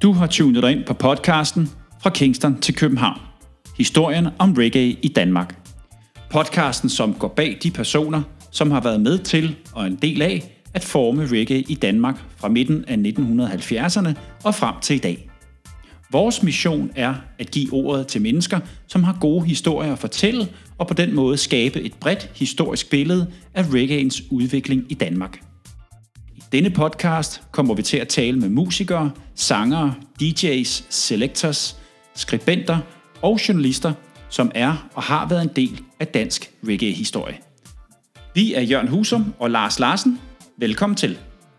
Du har tunet dig ind på podcasten Fra Kingston til København. Historien om reggae i Danmark. Podcasten, som går bag de personer, som har været med til og en del af at forme reggae i Danmark fra midten af 1970'erne og frem til i dag. Vores mission er at give ordet til mennesker, som har gode historier at fortælle, og på den måde skabe et bredt historisk billede af reggaeens udvikling i Danmark. I denne podcast kommer vi til at tale med musikere, sangere, DJ's, selectors, skribenter og journalister, som er og har været en del af dansk reggae-historie. Vi er Jørgen Husum og Lars Larsen. Velkommen til.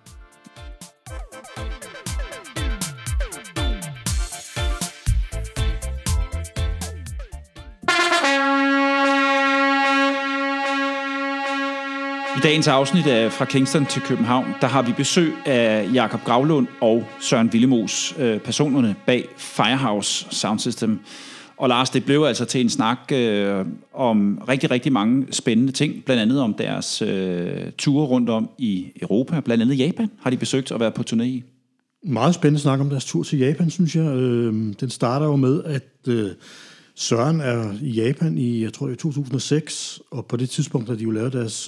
I dagens afsnit af Fra Kingston til København, der har vi besøg af Jakob Gravlund og Søren Willemoes, personerne bag Firehouse Sound System. Og Lars, det blev altså til en snak om rigtig, rigtig mange spændende ting, blandt andet om deres ture rundt om i Europa, blandt andet Japan har de besøgt og været på turné i. Meget spændende snak om deres tur til Japan, synes jeg. Den starter jo med, at Søren er i Japan i, jeg tror, i 2006, og på det tidspunkt har de jo lavet deres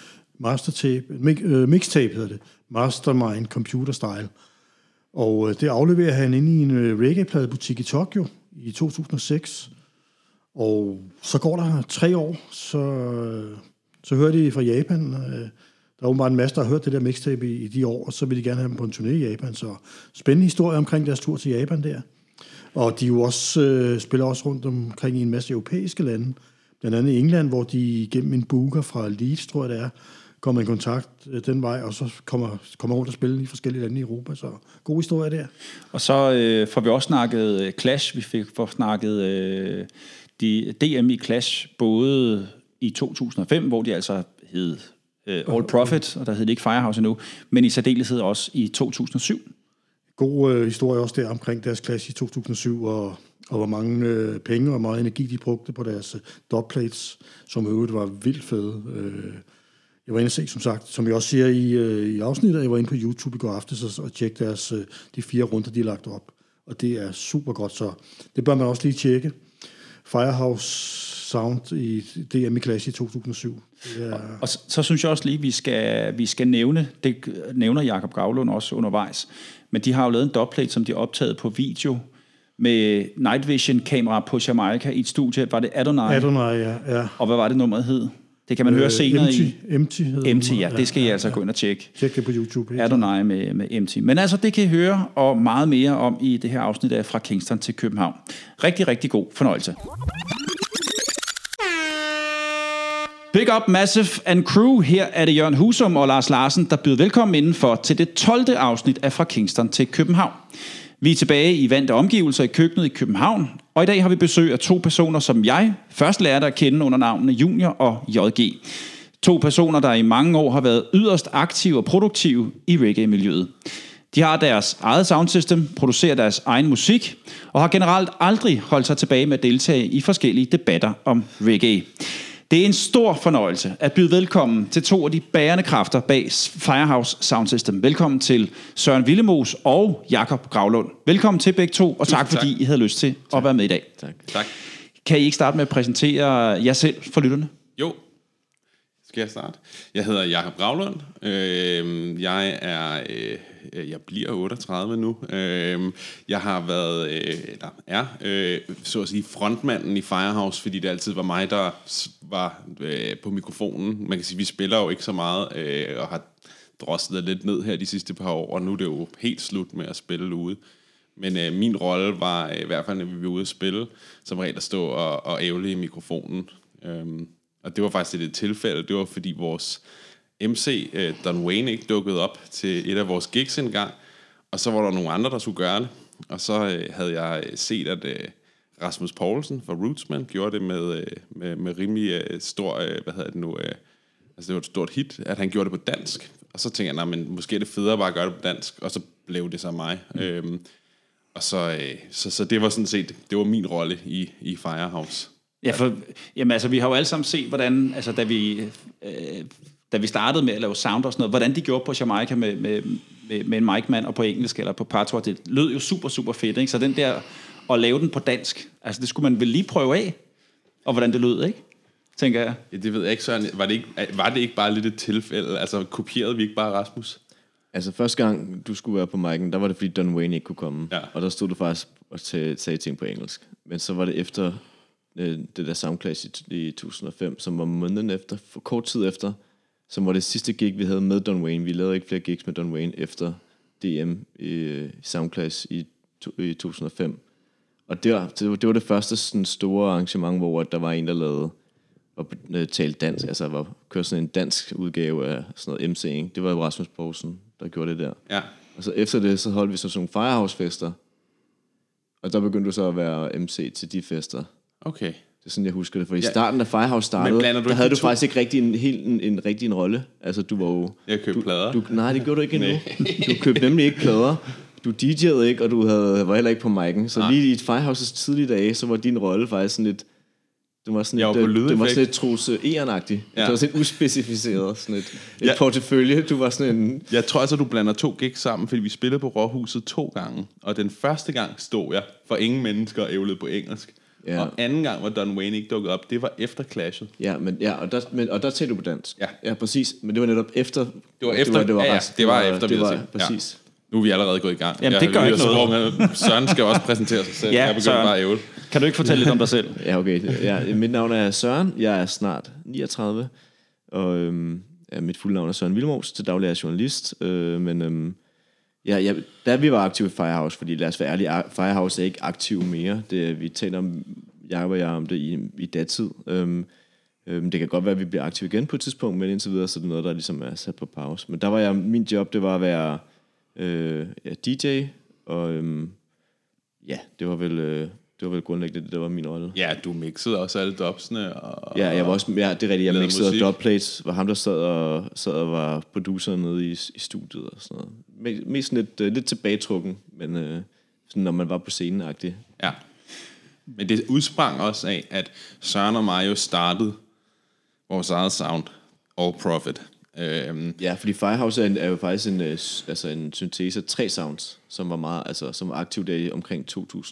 mixtape hedder det, Mastermind Computer Style. Og det afleverer han inde i en reggae-pladebutik i Tokyo i 2006. Og så går der 3 år, så hører de fra Japan. Der er åbenbart en masse, der har hørt det der mixtape i de år, og så vil de gerne have dem på en turné i Japan. Så spændende historie omkring deres tur til Japan der. Og de jo også spiller også rundt omkring i en masse europæiske lande. Blandt andet i England, hvor de gennem en booker fra Leeds, tror jeg det er, kommer i kontakt den vej, og så kommer rundt og spille i forskellige lande i Europa. Så god historie der. Og så får vi også snakket Clash. Vi fik snakket DM i Clash, både i 2005, hvor de altså hed All Profit, og der hed det ikke Firehouse endnu, men i særdeleshed også i 2007. God historie også der omkring deres Clash i 2007, og hvor mange penge og meget energi de brugte på deres dubplates, som øvrigt var vildt fede. Jeg var inde og se, som sagt, som jeg også siger i afsnittet, jeg var inde på YouTube i går aftes og tjekke de 4 runder, de har lagt op. Og det er super godt, så det bør man også lige tjekke. Firehouse Sound i DM i Clash i 2007. Og så synes jeg også lige, vi skal nævne, det nævner Jakob Gravlund også undervejs, men de har jo lavet en dubplate, som de har optaget på video med Night Vision kamera på Jamaica i et studie. Var det Adonai? Adonai, ja. Og hvad var det nummeret hed? Det kan man høre senere MT, ja. Det skal I altså gå ind og tjekke. Tjek det på YouTube. Adonai med MT. Men altså, det kan I høre og meget mere om i det her afsnit af Fra Kingston til København. Rigtig, rigtig god fornøjelse. Big up Massive and Crew. Her er det Jørgen Husum og Lars Larsen, der byder velkommen indenfor til det 12. afsnit af Fra Kingston til København. Vi er tilbage i vante omgivelser i køkkenet i København, og i dag har vi besøg af 2 personer, som jeg først lærte at kende under navnene Junior og JG. 2 personer, der i mange år har været yderst aktive og produktive i reggae-miljøet. De har deres eget soundsystem, producerer deres egen musik, og har generelt aldrig holdt sig tilbage med at deltage i forskellige debatter om reggae. Det er en stor fornøjelse at byde velkommen til 2 af de bærende kræfter bag Firehouse Sound System. Velkommen til Søren Willemoes og Jakob Gravlund. Velkommen til begge 2, og tak fordi I havde lyst til at være med i dag. Tak. Kan I ikke starte med at præsentere jer selv for lytterne? Jo, skal jeg starte? Jeg hedder Jakob Gravlund. Jeg bliver 38 nu. Jeg har været, så at sige, frontmanden i Firehouse, fordi det altid var mig, der var på mikrofonen. Man kan sige, vi spiller jo ikke så meget, og har droslet lidt ned her de sidste par år, og nu er det jo helt slut med at spille ude. Men min rolle var i hvert fald, når vi var ude at spille, som regel at stå og ævle i mikrofonen. Og det var faktisk et tilfælde. Det var fordi vores MC, Don Wayne, ikke dukkede op til et af vores gigs engang, og så var der nogle andre, der skulle gøre det. Og så havde jeg set, at Rasmus Poulsen fra Rootsman gjorde det med rimelig stor, altså det var et stort hit, at han gjorde det på dansk. Og så tænkte jeg, men måske er det federe bare at gøre det på dansk, og så blev det så mig. Og så det var sådan set, det var min rolle i Firehouse. Ja, jamen altså, vi har jo alle sammen set, hvordan, altså da vi startede med at lave sound og sådan noget, hvordan de gjorde på Jamaica med med en mic-mand og på engelsk eller på patois. Det lød jo super, super fedt, ikke? Så den der, at lave den på dansk, altså det skulle man vel lige prøve af, og hvordan det lød, ikke? Tænker jeg. Ja, det ved jeg ikke, Søren. Var det ikke bare lidt et tilfælde? Altså, kopierede vi ikke bare Rasmus? Altså, første gang, du skulle være på mic'en, der var det, fordi Don Wayne ikke kunne komme. Ja. Og der stod du faktisk og sagde ting på engelsk. Men så var det efter det der Soundclash i 2005, som var måneden efter, for kort tid efter, som var det sidste gig, vi havde med Don Wayne. Vi lavede ikke flere gigs med Don Wayne efter DM i Soundclash i 2005. Og det var det første sådan store arrangement, hvor der var en, der lavede og talte dansk, altså kørte sådan en dansk udgave af sådan noget MC'ing. Det var Rasmus Poulsen, der gjorde det der. Ja. Og så efter det, så holdt vi sådan nogle Firehouse-fester. Og der begyndte du så at være MC til de fester. Okay. Det er sådan, jeg husker det. For i starten, da Firehouse startede, der havde du faktisk ikke rigtig en rigtig rolle. Altså, du var jo... Jeg købte plader. Nej, det gjorde du ikke endnu. Du købte nemlig ikke plader. Du DJ'ede ikke, og du var heller ikke på mic'en. Så lige i Firehouses tidlige dage, så var din rolle faktisk sådan lidt... Det var sådan lidt Troels Egern-agtig. Ja. Det var sådan lidt uspecificeret. Sådan et portefølje. Du var sådan en... Jeg tror altså, du blander 2 gigs sammen, fordi vi spillede på Råhuset 2 gange. Og den første gang stod jeg for ingen mennesker og ævlede på engelsk. Ja. Og anden gang, hvor Don Wayne ikke dukkede op, det var efter Clashet. Ja, og der talte du på dansk. Ja, præcis. Men det var netop efter... Det var efter, det var efter, det var præcis. Ja. Nu er vi allerede gået i gang. Jamen, det gør ikke noget. Søren skal også præsentere sig selv. Jeg begynder bare at ævle. Kan du ikke fortælle lidt om dig selv? Ja, okay. Ja, mit navn er Søren. Jeg er snart 39. Og mit fulde navn er Søren Vilmos. Til daglig er jeg journalist. Da vi var aktive i Firehouse, fordi lad os være ærlige, Firehouse er ikke aktiv mere. Vi taler om, jeg om det i datid. Det kan godt være, at vi bliver aktive igen på et tidspunkt, men indtil videre, så er det noget, der ligesom er sat på pause. Men der var min job, det var at være DJ, og det var vel grundlæggende det, der var min rolle. Ja, du mixede også alle dubsene. Ja, jeg var også, det er rigtigt, jeg mixede dubplates, var ham, der sad og var producer nede i studiet og sådan noget. Mest lidt tilbagetrukken, men sådan, når man var på scenen-agtig. Ja, men det udsprang også af, at Søren og mig jo startede vores eget sound, All Profit. Ja, fordi Firehouse er jo faktisk en syntese af 3 sounds, som var meget, som var aktiv der i omkring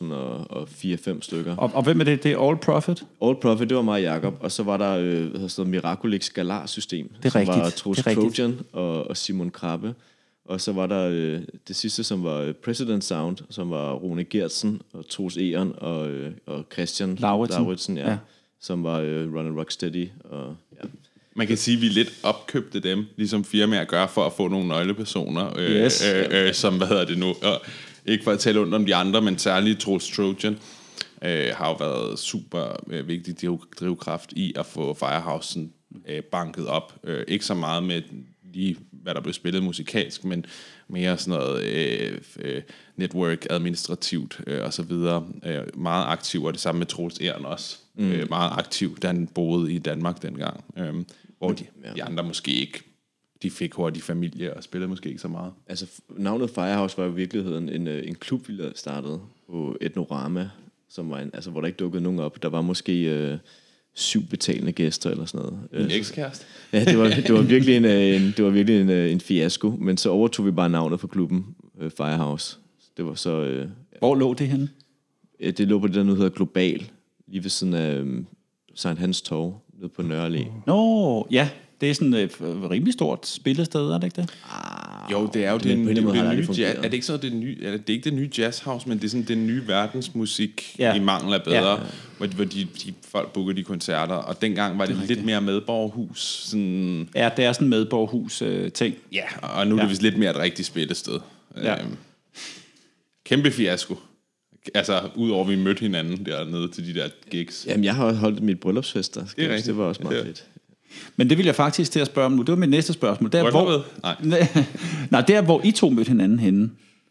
2004-5 stykker. Og hvem er det? Det er All Profit? All Profit, det var mig og Jacob, og så var der Miraculix Galar-system. Det er rigtigt. Var Troels Trojan og Simon Krabbe. Og så var der det sidste, som var President Sound, som var Rune Gertsen og Troels Egern og Christian Lauritsen, ja. Som var Run Rocksteady og ja. Man kan sige, at vi lidt opkøbte dem, ligesom firmaer gør, for at få nogle nøglepersoner, som, og ikke for at tale ondt om de andre, men særligt Troels Trojan, har jo været super vigtig drivkraft i at få Firehousen banket op. Ikke så meget med lige, hvad der blev spillet musikalsk, men mere sådan noget network, administrativt og så videre. Meget aktiv, og det samme med Troels Egern også. Meget aktiv, da han boede i Danmark dengang. Hvor de andre måske ikke, de fik hurtigt familie og spillede måske ikke så meget. Altså navnet Firehouse var i virkeligheden en klub, vi startede på Etnorama, som var hvor der ikke dukkede nogen op. Der var måske 7 betalende gæster eller sådan noget. En ekskæreste? Ja, det var virkelig en fiasko, men så overtog vi bare navnet for klubben, Firehouse. Det var så... Hvor lå det henne? Det lå på det, der nu hedder Global, lige ved siden af Sankt Hans Torv, nede på Nørre Allé. Nå, ja. Det er sådan et rimelig stort spillested, er det ikke det? Jo, det er jo det nye jazz. Er det ikke så det nye? Det er ikke det nye jazzhouse, men det er sådan den nye verdensmusik i mangel af bedre, hvor de folk booker de koncerter. Og dengang var det lidt mere medborgerhus. Sådan... Ja, det er sådan en medborgerhus ting. Ja, og nu er det vist lidt mere et rigtigt spillested. Ja. Kæmpe fiasko. Altså, udover vi mødte hinanden dernede til de der gigs. Jamen, jeg har holdt mit bryllupsfester. Det er rigtigt. Det var også meget fedt. Men det vil jeg faktisk til at spørge om nu. Det var mit næste spørgsmål. Nej, der hvor I to mødte hinanden henne.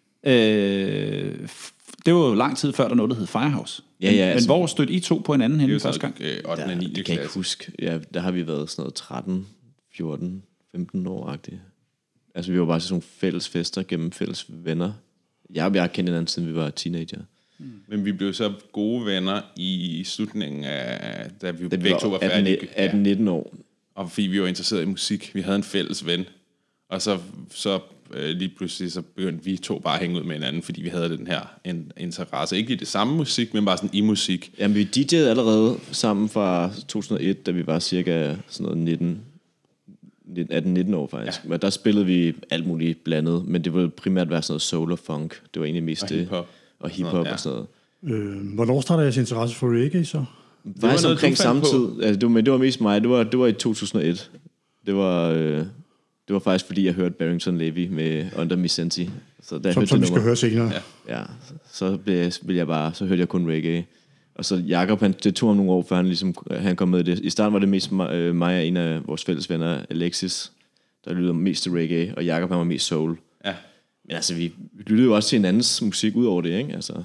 Det var jo lang tid før, der noget, der hed Firehouse. Men hvor stødte I to på hinanden henne første gang? 8. og 9. Det kan jeg ikke huske. Ja, der har vi været sådan noget 13, 14, 15 år-agtigt. Altså, vi var bare til sådan nogle fælles fester gennem fælles venner. Jeg har kendt hinanden, siden vi var teenager. Men vi blev så gode venner i slutningen af, da vi begge to var færdige. 18-19 år. Og fordi vi var interesseret i musik. Vi havde en fælles ven. Og så lige pludselig så begyndte vi to bare at hænge ud med hinanden, fordi vi havde den her interesse. Ikke i det samme musik, men bare sådan i musik. Jamen, vi DJ'ede allerede sammen fra 2001, da vi var cirka sådan noget 18-19 år faktisk. Ja. Der spillede vi alt muligt blandet, men det ville primært være sådan noget soul og funk. Det var egentlig mest det. Og hiphop og sådan noget. Hvornår startede jeres interesse for reggae så? Det var omkring samme tid. Altså, det var mest mig. Det var i 2001. Det var faktisk fordi jeg hørte Barrington Levy med Under Me Senti. Så som vi skal høre senere. Ja, så hørte jeg kun reggae. Og så Jakob, det tog ham nogle år, før han kom med i det. I starten var det mest mig og en af vores fælles venner, Alexis, der lyttede mest til reggae, og Jakob han var mest soul. Ja. Men altså, vi lyttede jo også til hinandens musik ud over det, ikke? Altså,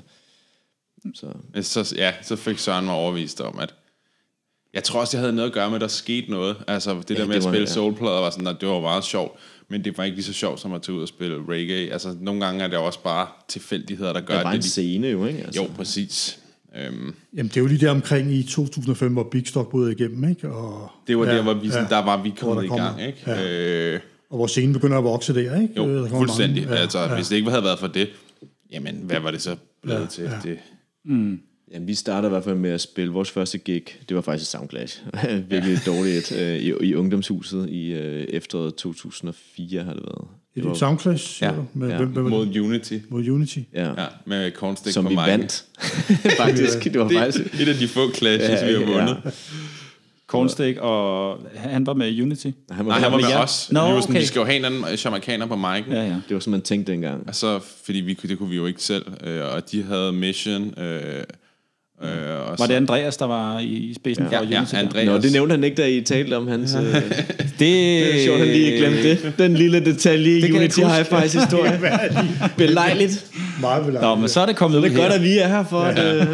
så fik Søren mig overvist om, at jeg tror også, jeg havde noget at gøre med, at der skete noget. Altså, det der med at spille soulplader var sådan, at det var meget sjovt, men det var ikke lige så sjovt, som at tage ud og spille reggae. Altså, nogle gange er det også bare tilfældigheder, der gør det. Det var en scene jo, ikke? Altså. Jo, præcis. Jamen, det er jo lige der omkring i 2005, hvor Big Stock brød igennem, ikke? Og, det var der, hvor vi, der var vi kommet i gang, ikke? Ja. Og hvor scenen begynder at vokse der, ikke? Jo, fuldstændig. Hvis det ikke havde været for det, jamen, hvad var det så blevet til? Det? Jamen, vi startede i hvert fald med at spille vores første gig. Det var faktisk Soundclash. Virkelig dårligt i Ungdomshuset i efteråret 2004 har det været. Det Soundclash? Ja. Mod Unity. Mod Unity? Ja, med Cornstick som på vi vandt. Faktisk. Det var faktisk et af de få clashes, vi har vundet. Ja. Cornstick, og han var med Unity? Han var med os. No, vi var sådan, vi skal jo have en anden jamaicaner på mic'en. Ja. Det var sådan, man tænkte dengang. Altså, fordi det kunne vi jo ikke selv. Og de havde Mission. Var det Andreas, der var i spidsen for Unity? Ja, Andreas. Nå, det nævnte han ikke, da I talte om hans... Det er sjovt, han lige glemte det. Den lille detalje i Unity Hi-Fi's historie. Belejligt. Meget belejligt. Nå, men så er det kommet ud her. Det er godt, at vi er her for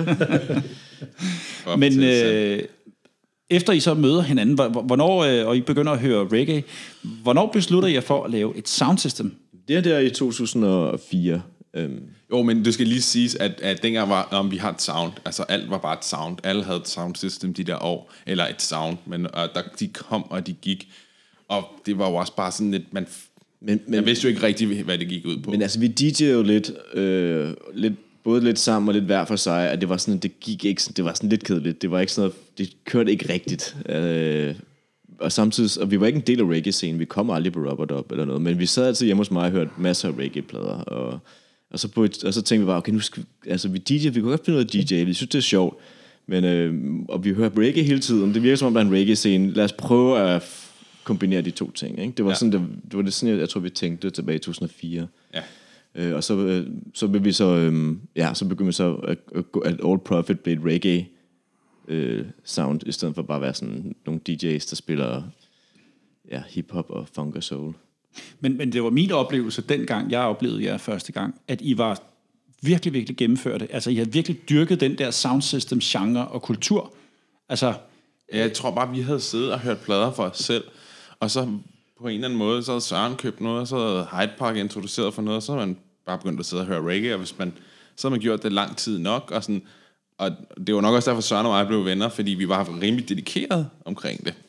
det. Men efter I så møder hinanden, hvornår, og I begynder at høre reggae, hvornår beslutter I jer for at lave et soundsystem? Det er der i 2004. Jo, men det skal lige siges, at dengang var, om vi har et sound, altså alt var bare et sound. Alle havde et soundsystem de der år, eller et sound, men de kom og de gik. Og det var jo også bare sådan lidt, man vidste jo ikke rigtigt, hvad det gik ud på. Men altså, vi DJ'ede jo lidt, både lidt sammen og lidt hver for sig, at det var sådan, det gik ikke, det var sådan lidt kedeligt. Det var ikke sådan noget, det kørte ikke rigtigt. Og samtidig, og vi var ikke en del af reggae-scenen, vi kom aldrig på Rubber Dub eller noget, men vi sad altid hjemme hos mig og hørte masser af reggae-plader, og så tænkte vi bare, okay, nu skal vi kunne godt finde noget DJ, vi synes det er sjovt, men, og vi hører reggae hele tiden, det virker som om der er en reggae-scene, lad os prøve at kombinere de to ting, ikke? Det var sådan, det var det sådan, jeg tror vi tænkte tilbage i 2004. Ja. Og så blev vi så begyndte vi så at Old Prophet blev et reggae sound, i stedet for bare at være sådan nogle DJ's, der spiller hip-hop og funk og soul. Men det var min oplevelse, dengang jeg oplevede jer første gang, at I var virkelig, virkelig gennemførte. Altså, I havde virkelig dyrket den der soundsystem, genre og kultur. Altså, jeg tror bare, vi havde siddet og hørt plader for os selv, og så på en eller anden måde, så havde Søren købt noget, og så havde Hyde Park introduceret for noget, og så havde man bare begyndt at sidde og høre reggae, og så havde man gjort det lang tid nok, og sådan. Og det var nok også derfor, Søren og mig blev venner, fordi vi var rimelig dedikeret omkring det.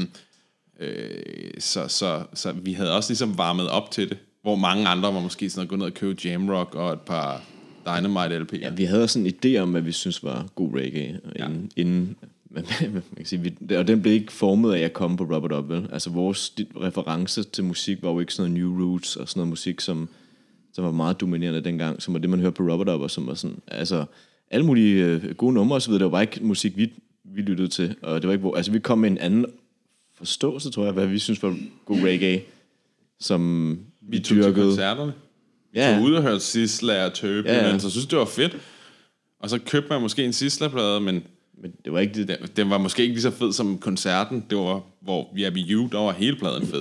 Så vi havde også ligesom varmet op til det, hvor mange andre var måske sådan at gå ned og købe Jamrock og et par Dynamite LP'er. Ja, vi havde sådan en idé om, hvad vi synes var god reggae, inden man kan sige, og den blev ikke formet af at komme på Rubber Dub, vel? Altså vores reference til musik var jo ikke sådan noget New Roots og sådan noget musik, som var meget dominerende dengang, som var det, man hørte på Rubber Dub, og som var sådan, altså alle mulige gode numre og så videre. Det var bare ikke musik, vi lyttede til, og det var ikke, altså vi kom med en anden forståelse, tror jeg, hvad vi synes var god reggae, som vi tog til koncerterne. Ja. Så ude og hørte Sisla og Tøbe, men så synes det var fedt. Og så købte man måske en Sisla-plade, men det var ikke det. Den var måske ikke lige så fed som koncerten. Det var, hvor vi er ved You, der var hele pladen fed.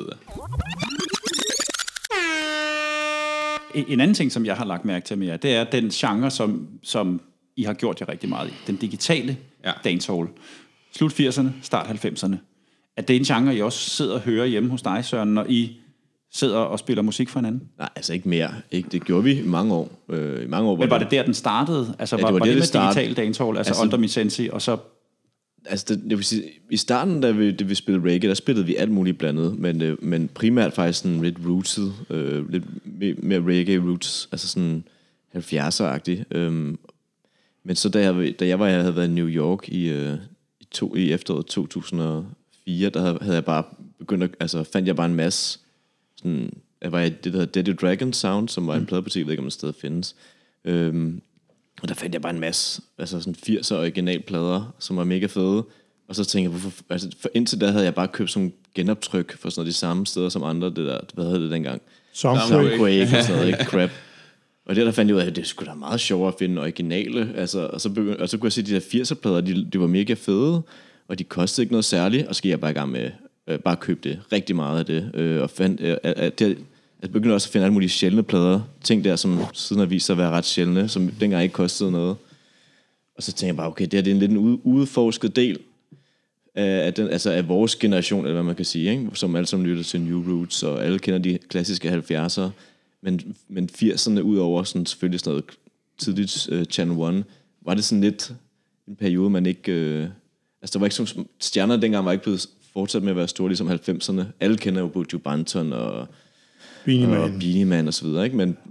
En anden ting, som jeg har lagt mærke til med jer, det er den genre, som I har gjort jer rigtig meget i. Den digitale dancehall. Slut 80'erne, start 90'erne. Er det en genre, I også sidder og hører hjemme hos dig, Søren, når I sidder og spiller musik for hinanden? Nej, altså ikke mere. Det gjorde vi i mange år. Men var det der, den startede? Altså var det med digital dancehall, altså Under Me Senti, og så... Altså, jeg vil sige, i starten, da vi spillede reggae, der spillede vi alt muligt blandet, men primært faktisk sådan lidt rooted, lidt mere reggae roots, altså sådan 70'er-agtigt. Men så da jeg havde været i New York i efteråret 2004, der havde jeg bare fandt jeg bare en masse sådan, jeg var i det der hedder Deadly Dragon Sound, som var en pladebutik, jeg ved ikke om det stadig findes. Og der fandt jeg bare en masse, altså sådan 80'er originalplader, som var mega fede. Og så tænkte jeg, for indtil da havde jeg bare købt sådan genoptryk for sådan noget, de samme steder som andre, det der, hvad hed det dengang? Soundquake og sådan noget, ikke? Crap. Og der fandt jeg ud af, at det skulle da meget sjovere at finde originale, altså, og så kunne jeg se, at de der 80'er-plader, de var mega fede, og de kostede ikke noget særligt, og så gik jeg bare i gang med bare købe det, rigtig meget af det, og fandt, jeg begyndte også at finde alle mulige sjældne plader, ting der, som siden har vist sig at være ret sjældne, som dengang ikke kostede noget. Og så tænkte jeg bare, okay, det her det er en lidt en udforsket del af, af vores generation, eller hvad man kan sige, ikke? Som alle sammen lytter til New Roots, og alle kender de klassiske 70'er, men 80'erne udover sådan, selvfølgelig sådan noget tidligt Channel 1, var det sådan lidt en periode, man ikke... der var ikke som stjerner dengang var ikke blevet fortsat med at være store, ligesom 90'erne. Alle kender jo Buju Banton og Beanie Man og så videre, ikke? Men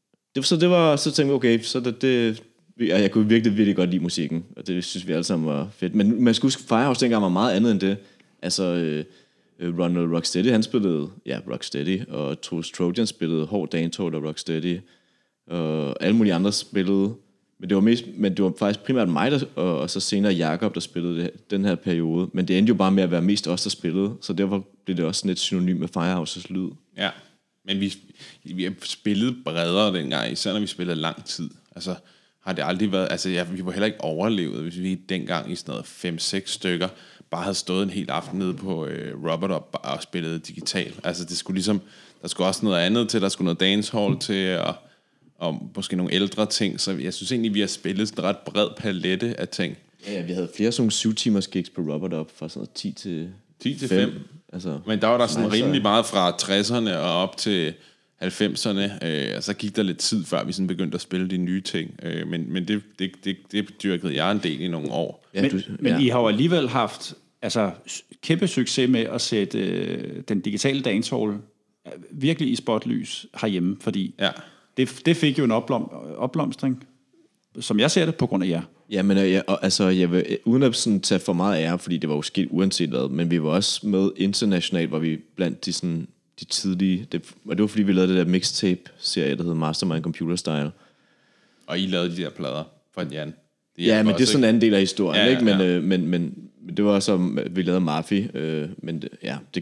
så tænkte jeg, okay, så jeg kunne virkelig godt lide musikken, og det synes vi alle sammen var fedt. Men man skulle huske, Firehouse dengang var meget andet end det. Altså, Ronald Rocksteady, han spillede, Rocksteady, og Truls Trojan spillede hård dancehall og Rocksteady, og alle mulige andre spillede. Men det var faktisk primært mig, og så senere Jakob, der spillede den her periode. Men det endte jo bare med at være mest os, der spillede, så derfor blev det også sådan et synonym med Firehouses lyd. Ja, men vi spillede bredere dengang, især når vi spillede lang tid. Altså, har det aldrig været... Altså, vi var heller ikke overlevet, hvis vi dengang i sådan noget 5-6 stykker bare havde stået en hel aften nede på Robert og spillet digitalt. Altså, det skulle ligesom... Der skulle også noget andet til, der skulle noget dancehall til, og måske nogle ældre ting. Så jeg synes egentlig, vi har spillet sådan en ret bred palette af ting. Ja, vi havde flere sådan 7-timers gigs på Robert Up fra sådan noget 10 til 5. Altså, men der var der sådan rimelig meget fra 60'erne og op til 90'erne, og så gik der lidt tid, før vi sådan begyndte at spille de nye ting. Men det dyrkede jeg en del i nogle år. Ja, men I har jo alligevel haft kæmpe succes med at sætte den digitale dancehall virkelig i spotlys herhjemme, fordi det fik jo en opblomstring, som jeg ser det, på grund af jer. Ja, men jeg vil, uden at sådan tage for meget ære, fordi det var jo sket uanset hvad, men vi var også med internationalt, hvor vi blandt de tidlige, og det var fordi vi lavede det der mixtape-serie, der hedder Mastermind Computer Style. Og I lavede de der plader for Jan. Ja, men det er sådan en anden del af historien, ikke? Men det var så, vi lavede Mafia, men det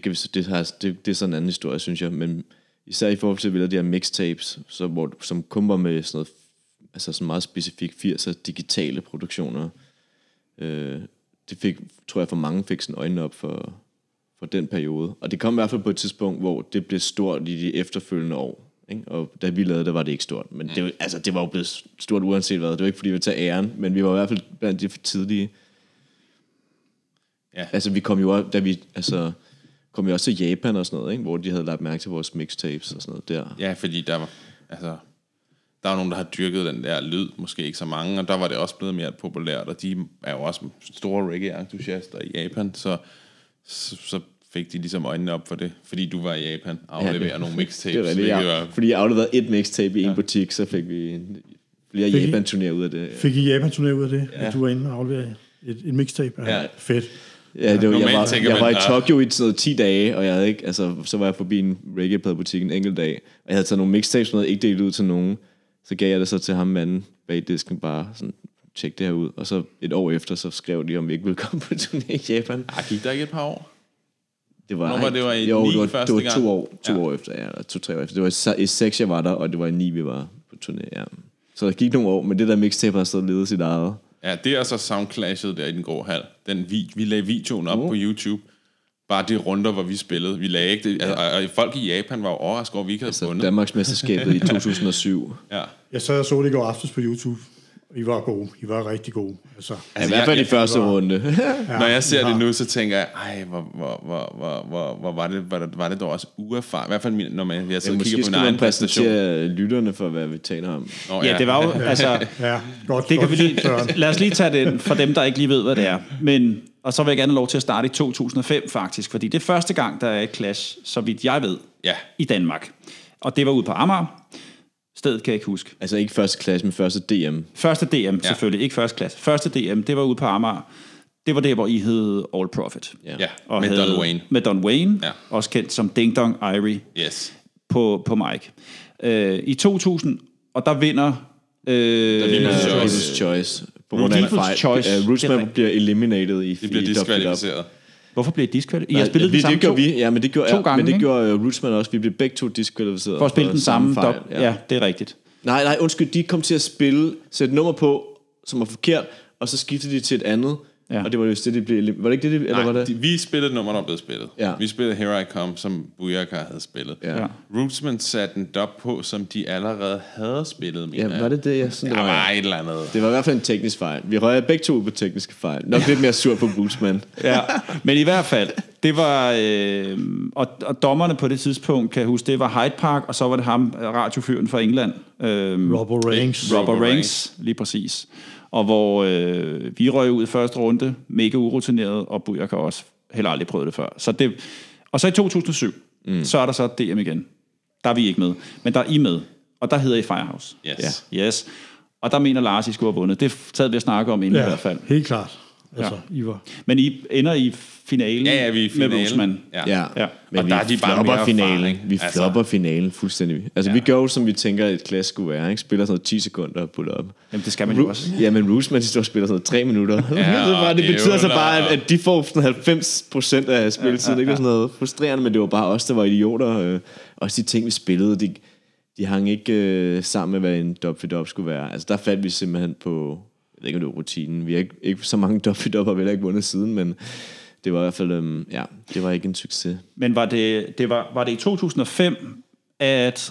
er sådan en anden historie, synes jeg. Men især i forhold til, at vi lavede de her mixtapes, som kun var med sådan noget, altså sådan meget specifikt 80'er digitale produktioner. Det fik, tror jeg, for mange fik sådan øjnene op for den periode. Og det kom i hvert fald på et tidspunkt, hvor det blev stort i de efterfølgende år. Ikke? Og da vi lavede det, var det ikke stort. Men det var jo blevet stort uanset hvad. Det var ikke, fordi vi ville tage æren, men vi var i hvert fald blandt de tidlige. Ja. Altså, vi kom jo også til Japan og sådan noget, ikke? Hvor de havde lagt mærke til vores mixtapes og sådan noget der. Ja, fordi der var nogen, der har dyrket den der lyd, måske ikke så mange, og der var det også blevet mere populært, og de er jo også store reggae-entusiaster i Japan, så fik de ligesom øjnene op for det, fordi du var i Japan og afleverede nogle mixtapes. Det var fordi jeg afleverede et mixtape i en butik, så fik vi flere Japan-turnéer ud af det. Fik I Japan-turnéer ud af det? Ja. At du var inde og afleverede et mixtape? Ja. Fedt. Ja, jeg var i Tokyo i sådan 10 dage, og jeg havde ikke, så var jeg forbi en reggae-pladebutik en enkelt dag, og jeg havde taget nogle mixtapes, som jeg ikke delt ud til nogen. Så gav jeg det så til ham manden bag disken, bare sådan, tjek det her ud. Og så et år efter, så skrev de, om vi ikke ville komme på turné i Japan. Gik der ikke et par år? Det var 2 år efter, eller 2-3 år efter. Det var i 6, jeg var der, og det var i 9, vi var på turné, ja. Så der gik nogle år, men det der mixtape har så ledet sit eget. Ja, det er så soundclashet der i den grå hal. Vi lagde videoen op på YouTube. Bare de runder, hvor vi spillede. Vi lagde ikke det. Og folk i Japan var jo overrasket over, vi ikke havde vundet. Danmarksmesterskabet i 2007. Ja. Jeg sad og så det i går aftes på YouTube. I var gode. I var rigtig gode. I hvert fald i første runde. Når jeg ser det nu, så tænker jeg, hvor var det dog også uerfaren. I hvert fald, når jeg sidder og kigger på min egen præstation. Måske skulle man præsentere lytterne for, hvad vi taler om. Ja, det var jo, godt, det kan vi lige, lad os lige tage det for dem, der ikke lige ved, hvad det er. Men Og så vil jeg gerne have lov til at starte i 2005 faktisk, fordi det er første gang, der er et clash, så vidt jeg ved, i Danmark. Og det var ude på Amager. Stedet kan jeg ikke huske. Altså ikke første klasse, men første DM. Første DM, selvfølgelig. Ikke første klasse. Første DM, det var ude på Amager. Det var der, hvor I hed All Profit. Ja, og med Don Wayne. Med Don Wayne, også kendt som Ding Dong Irie på mic. I 2000, og der vinder... People's Choice. På grund af en fejl. Rootsman bliver eliminated i... Det bliver diskvalificeret. Hvorfor blev det diskvalificeret? I har spillet den samme men det gjorde, to gange, men det gjorde Rootsman også. Vi blev begge to diskvalificeret. For at spille den samme fejl. Ja, det er rigtigt. Nej, undskyld. De kom til at sætte et nummer på, som var forkert, og så skiftede de til et andet. Ja. Og det var jo det blev... Var det ikke det, eller var det? Vi spillede et nummer, der var blevet spillet. Ja. Vi spillede Here I Come, som Booyaka havde spillet. Ja. Rootsman satte en dub på, som de allerede havde spillet. Ja, var det det? Det var et eller andet. Det var i hvert fald en teknisk fejl. Vi røg begge to på tekniske fejl. Nok lidt mere sur på Rootsman. Ja, men i hvert fald, det var... og dommerne på det tidspunkt, kan jeg huske, det var Hyde Park, og så var det ham, radiofyren fra England. Robert Ranks, lige præcis. Og hvor vi røg ud i første runde, mega urutineret, og Booyaka også heller aldrig prøvet det før. Og så i 2007, så er der så DM igen. Der er vi ikke med, men der er I med, og der hedder I Firehouse. Yes. Og der mener Lars, I skulle have vundet. Det sad vi at snakke om inden i hvert fald. Helt klart. Altså, I var... Men I ender i finalen, vi er i finalen. med Rootsman. Ja. Men og der er de bare mere finalen. Vi flopper finalen fuldstændig. Altså vi gør jo, som vi tænker, et klasse skulle være. Ikke? Spiller sådan noget 10 sekunder og puller op. Jamen det skal man jo også. Ja, men Rootsman står og spiller sådan noget 3 minutter. Det betyder så bare, at de får sådan 90% af spilletiden. Ikke sådan noget frustrerende, men det var bare os, der var idioter. Også de ting, vi spillede, de hang ikke sammen med, hvad en dub skulle være. Altså der fandt vi simpelthen på... Jeg ved ikke, om det var rutinen. Vi har ikke så mange dub har vi ikke vundet siden, men det var i hvert fald, det var ikke en succes. Men var det i 2005, at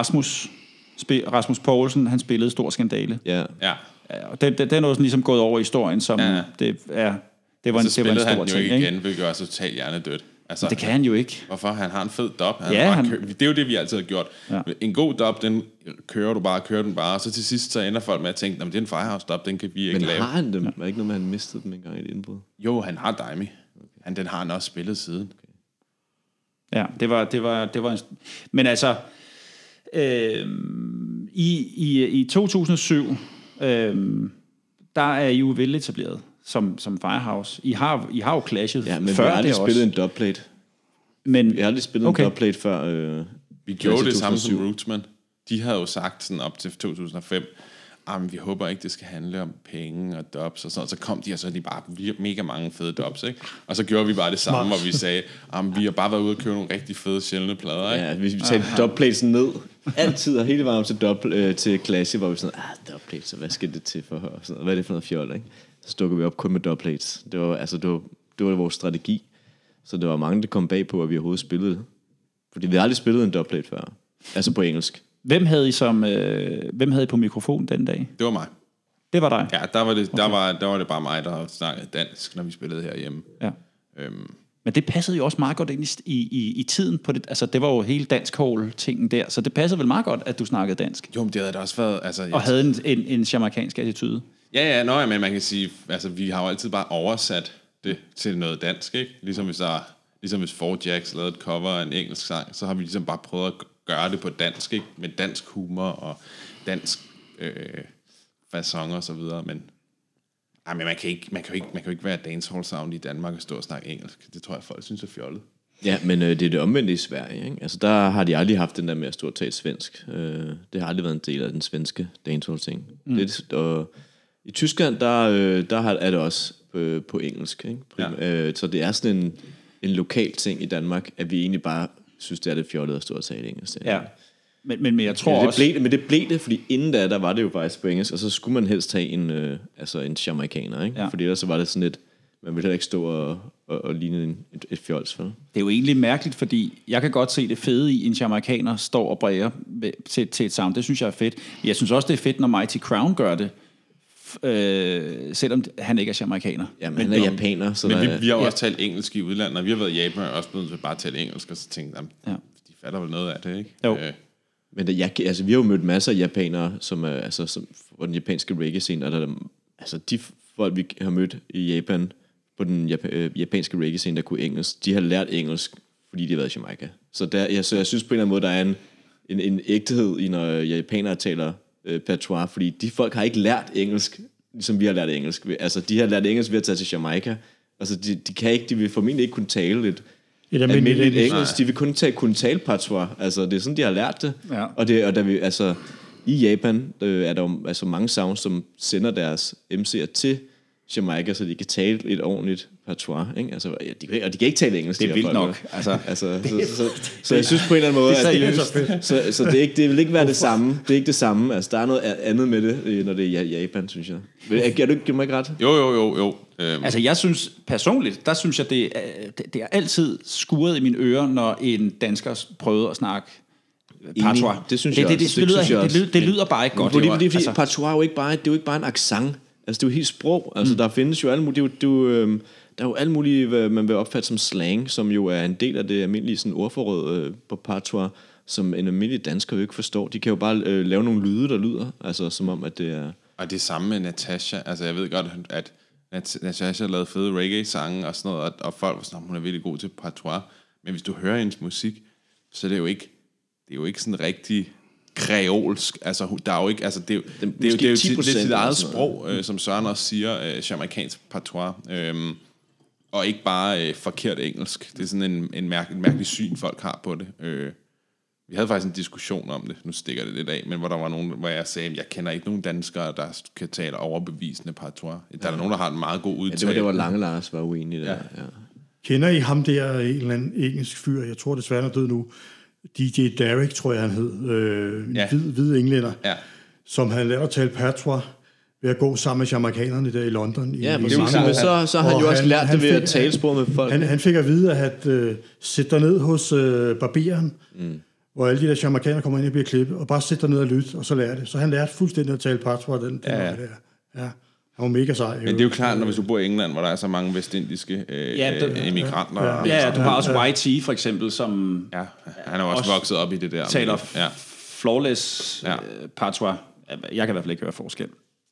Rasmus Poulsen, han spillede Stor Skandale? Ja. Og det er noget sådan ligesom gået over i historien, som det var en stor ting. Så spillede han jo igen, hvilket var totalt hjernedødt. Altså, det kan han jo ikke. Hvorfor? Han har en fed dub. Det er jo det, vi altid har gjort. Ja. En god dub, den kører den bare, og så til sidst så ender folk med at tænke, det er en Firehouse dub, den kan vi ikke lave. Men har han dem? Var ikke noget med, at han mistede dem engang i et indbrud? Jo, han har Daimi. Den har han også spillet siden. Okay. Ja, det var en... Men altså, i 2007, der er I jo veletableret som Firehouse. I har jo clashet før det også. Men vi har aldrig spillet en dubplate. Vi har aldrig spillet en dubplate før. Vi gjorde det samme som Rootsman. De havde jo sagt sådan op til 2005, men vi håber ikke, det skal handle om penge og dubs og sådan. Så kom de, og så er de bare mega mange fede dubs, ikke? Og så gjorde vi bare det samme, hvor vi sagde, vi har bare været ude og købe nogle rigtig fede, sjældne plader, ikke? Ja, vi talte dubplates ned. Altid og hele vejen til Classic, hvor vi sådan, dubplates, så hvad skal det til for? Sådan, hvad er det for noget fjol, ikke? Så stukker vi op kun med dubplates. Det var vores strategi. Så der var mange, der kom bag på, at vi overhovedet spillede det. Fordi vi har aldrig spillet en dubplate før. Altså på engelsk. Hvem havde I på mikrofon den dag? Det var mig. Det var dig? Ja, der var det bare mig, der snakkede dansk, når vi spillede herhjemme. Ja. Men det passede jo også meget godt ind i tiden på det. Altså, det var jo hele dansk tingen der, så det passede vel meget godt, at du snakkede dansk. Jo, men det havde da også været... Altså, og havde en jamaicansk attitude. Ja, men man kan sige, altså, vi har jo altid bare oversat det til noget dansk, ikke? Ligesom hvis Four Jacks lavede et cover af en engelsk sang, så har vi ligesom bare prøvet at gøre det på dansk, ikke? Med dansk humor og dansk facon og så videre, men man kan jo ikke være dancehall sound i Danmark og stå og snakke engelsk. Det tror jeg, folk synes er fjollet. Ja, men det er det omvendte i Sverige, ikke? Altså der har de aldrig haft den der med at stå og tale svensk. Det har aldrig været en del af den svenske dancehall ting. Og i Tyskland, der er det også på engelsk, ikke? Så det er sådan en lokal ting i Danmark, at vi egentlig bare synes, det er det fjollet at stå og tale engelsk. Ja. Men jeg tror også... Det blev det, fordi inden da var det jo faktisk på engelsk, og så skulle man helst have en jamaikaner, ikke? Ja. Fordi ellers så var det sådan lidt, man ville ikke stå og ligne et fjols. Vel? Det er jo egentlig mærkeligt, fordi jeg kan godt se det fede i, en jamaikaner står og bræger til et sound. Det synes jeg er fedt. Jeg synes også, det er fedt, når Mighty Crown gør det, selvom han ikke er jamaikaner. Ja, men han er japaner. Så men vi har jo også talt engelsk i udlandet, og vi har været i Japan og også blevet til bare at tale engelsk, og så tænkte jeg, de fatter vel noget af det, ikke? Jo. Men vi har jo mødt masser af japanere, som for den japanske reggae-scene, og de folk, vi har mødt i Japan på den japanske reggae-scene, der kunne engelsk, de har lært engelsk, fordi de har været i Jamaica. Så jeg synes på en eller anden måde, der er en ægthed i, når japanere taler patois, fordi de folk har ikke lært engelsk, ligesom vi har lært engelsk. Altså, de har lært engelsk ved at tage til Jamaica. Altså, de vil formentlig ikke kunne tale lidt almindeligt engelsk. De vil kunne tale patois. Altså, det er sådan, de har lært det. Ja. Og der vil, altså, i Japan er der jo altså mange sounds, som sender deres MC'er til Jamaica, så de kan tale et ordentligt patois, ikke? Altså, de kan ikke tale engelsk. Det er vildt nok. Så jeg synes på en eller anden måde, så det vil ikke være det samme. Det er ikke det samme. Altså, der er noget andet med det, når det er Japan, synes jeg. Giver mig ikke ret? Jo. Altså, jeg synes personligt, der synes jeg, det er altid skuret i mine ører, når en dansker prøvede at snakke patois. Det synes jeg også. Det lyder bare ikke godt. Fordi patois er jo ikke bare en accent. Altså, det er jo helt sprog. Altså, der findes jo alle mulige... der er jo alle mulige, hvad man vil opfatte som slang, som jo er en del af det almindelige sådan, ordforråd på patois, som en almindelig dansker jo ikke forstår. De kan jo bare lave nogle lyde, der lyder, altså som om, at det er... Og det samme med Natasha. Altså, jeg ved godt, at Natasha lavede fede reggae-sange og sådan noget, og folk var sådan, hun er virkelig god til patois. Men hvis du hører hendes musik, så er det jo ikke sådan rigtig kreolsk. Altså, der er jo ikke... Altså, det er jo sit eget sprog, som Søren også siger, jamaikansk patois. Og ikke bare forkert engelsk. Det er sådan en mærkelig syn, folk har på det. Vi havde faktisk en diskussion om det, nu stikker det lidt af, men hvor der var nogen, hvor jeg sagde, at jeg kender ikke nogen danskere, der kan tale overbevisende patois. Der er nogen, der har en meget god udtale. Ja, det var Lange Lars var uenig der. Ja. Kender I ham der, en eller anden engelsk fyr, jeg tror desværre han er død nu, DJ Derek, tror jeg han hed, hvid englænder, som havde lært at tale patois ved at gå sammen med jamaikanerne der i London. Så har han jo også lært det ved at tale sprog med folk. Han fik at vide, at sætte dig ned hos barberen, hvor alle de der jamaikanere kommer ind og bliver klippet, og bare sætte dig ned og lytte, og så lære det. Så han lærte fuldstændig at tale patois den der. Ja. Han var mega sej. Men det er jo klart, når hvis du bor i England, hvor der er så mange vestindiske immigranter. Ja, du har også YT for eksempel, som... Ja, han er også vokset op i det der. Taler flawless patois. Jeg kan i hvert fald ikke høre forskel.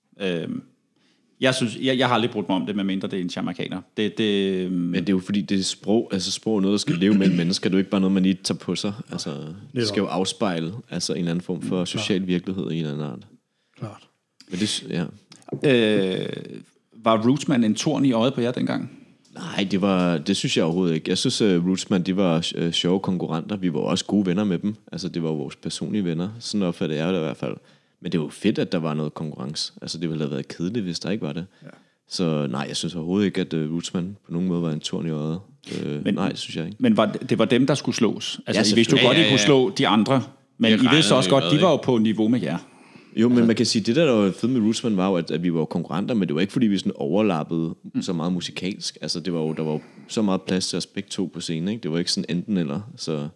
Jeg synes, jeg har aldrig brugt mig om det, medmindre det er en jamaikaner. Men det er jo fordi, det er sprog, altså sprog er noget, der skal leve mellem mennesker. Det er jo ikke bare noget, man lige tager på sig. Altså, det skal jo afspejle altså en eller anden form for social virkelighed i en eller anden art. Klart. Men det, ja. Var Rootsman en torn i øjet på jer dengang? Nej, det synes jeg overhovedet ikke. Jeg synes, Rootsman, de var sjove konkurrenter. Vi var også gode venner med dem. Altså, det var vores personlige venner. Sådan opfattede jeg det i hvert fald. Men det var fedt, at der var noget konkurrence. Altså, det ville have været kedeligt, hvis der ikke var det. Ja. Så nej, jeg synes overhovedet ikke, at Rootsman på nogen måde var en torn i øjet. Nej, det synes jeg ikke. Men det var dem, der skulle slås? Altså, I vidste jo godt, I kunne slå de andre. Men I vidste også godt, de var jo på niveau med jer. Jo, men man kan sige, det der var fedt med Rootsman var jo, at vi var konkurrenter, men det var ikke, fordi vi sådan overlappede så meget musikalsk. Altså, der var jo så meget plads til os begge to på scenen, ikke? Det var ikke sådan enten eller.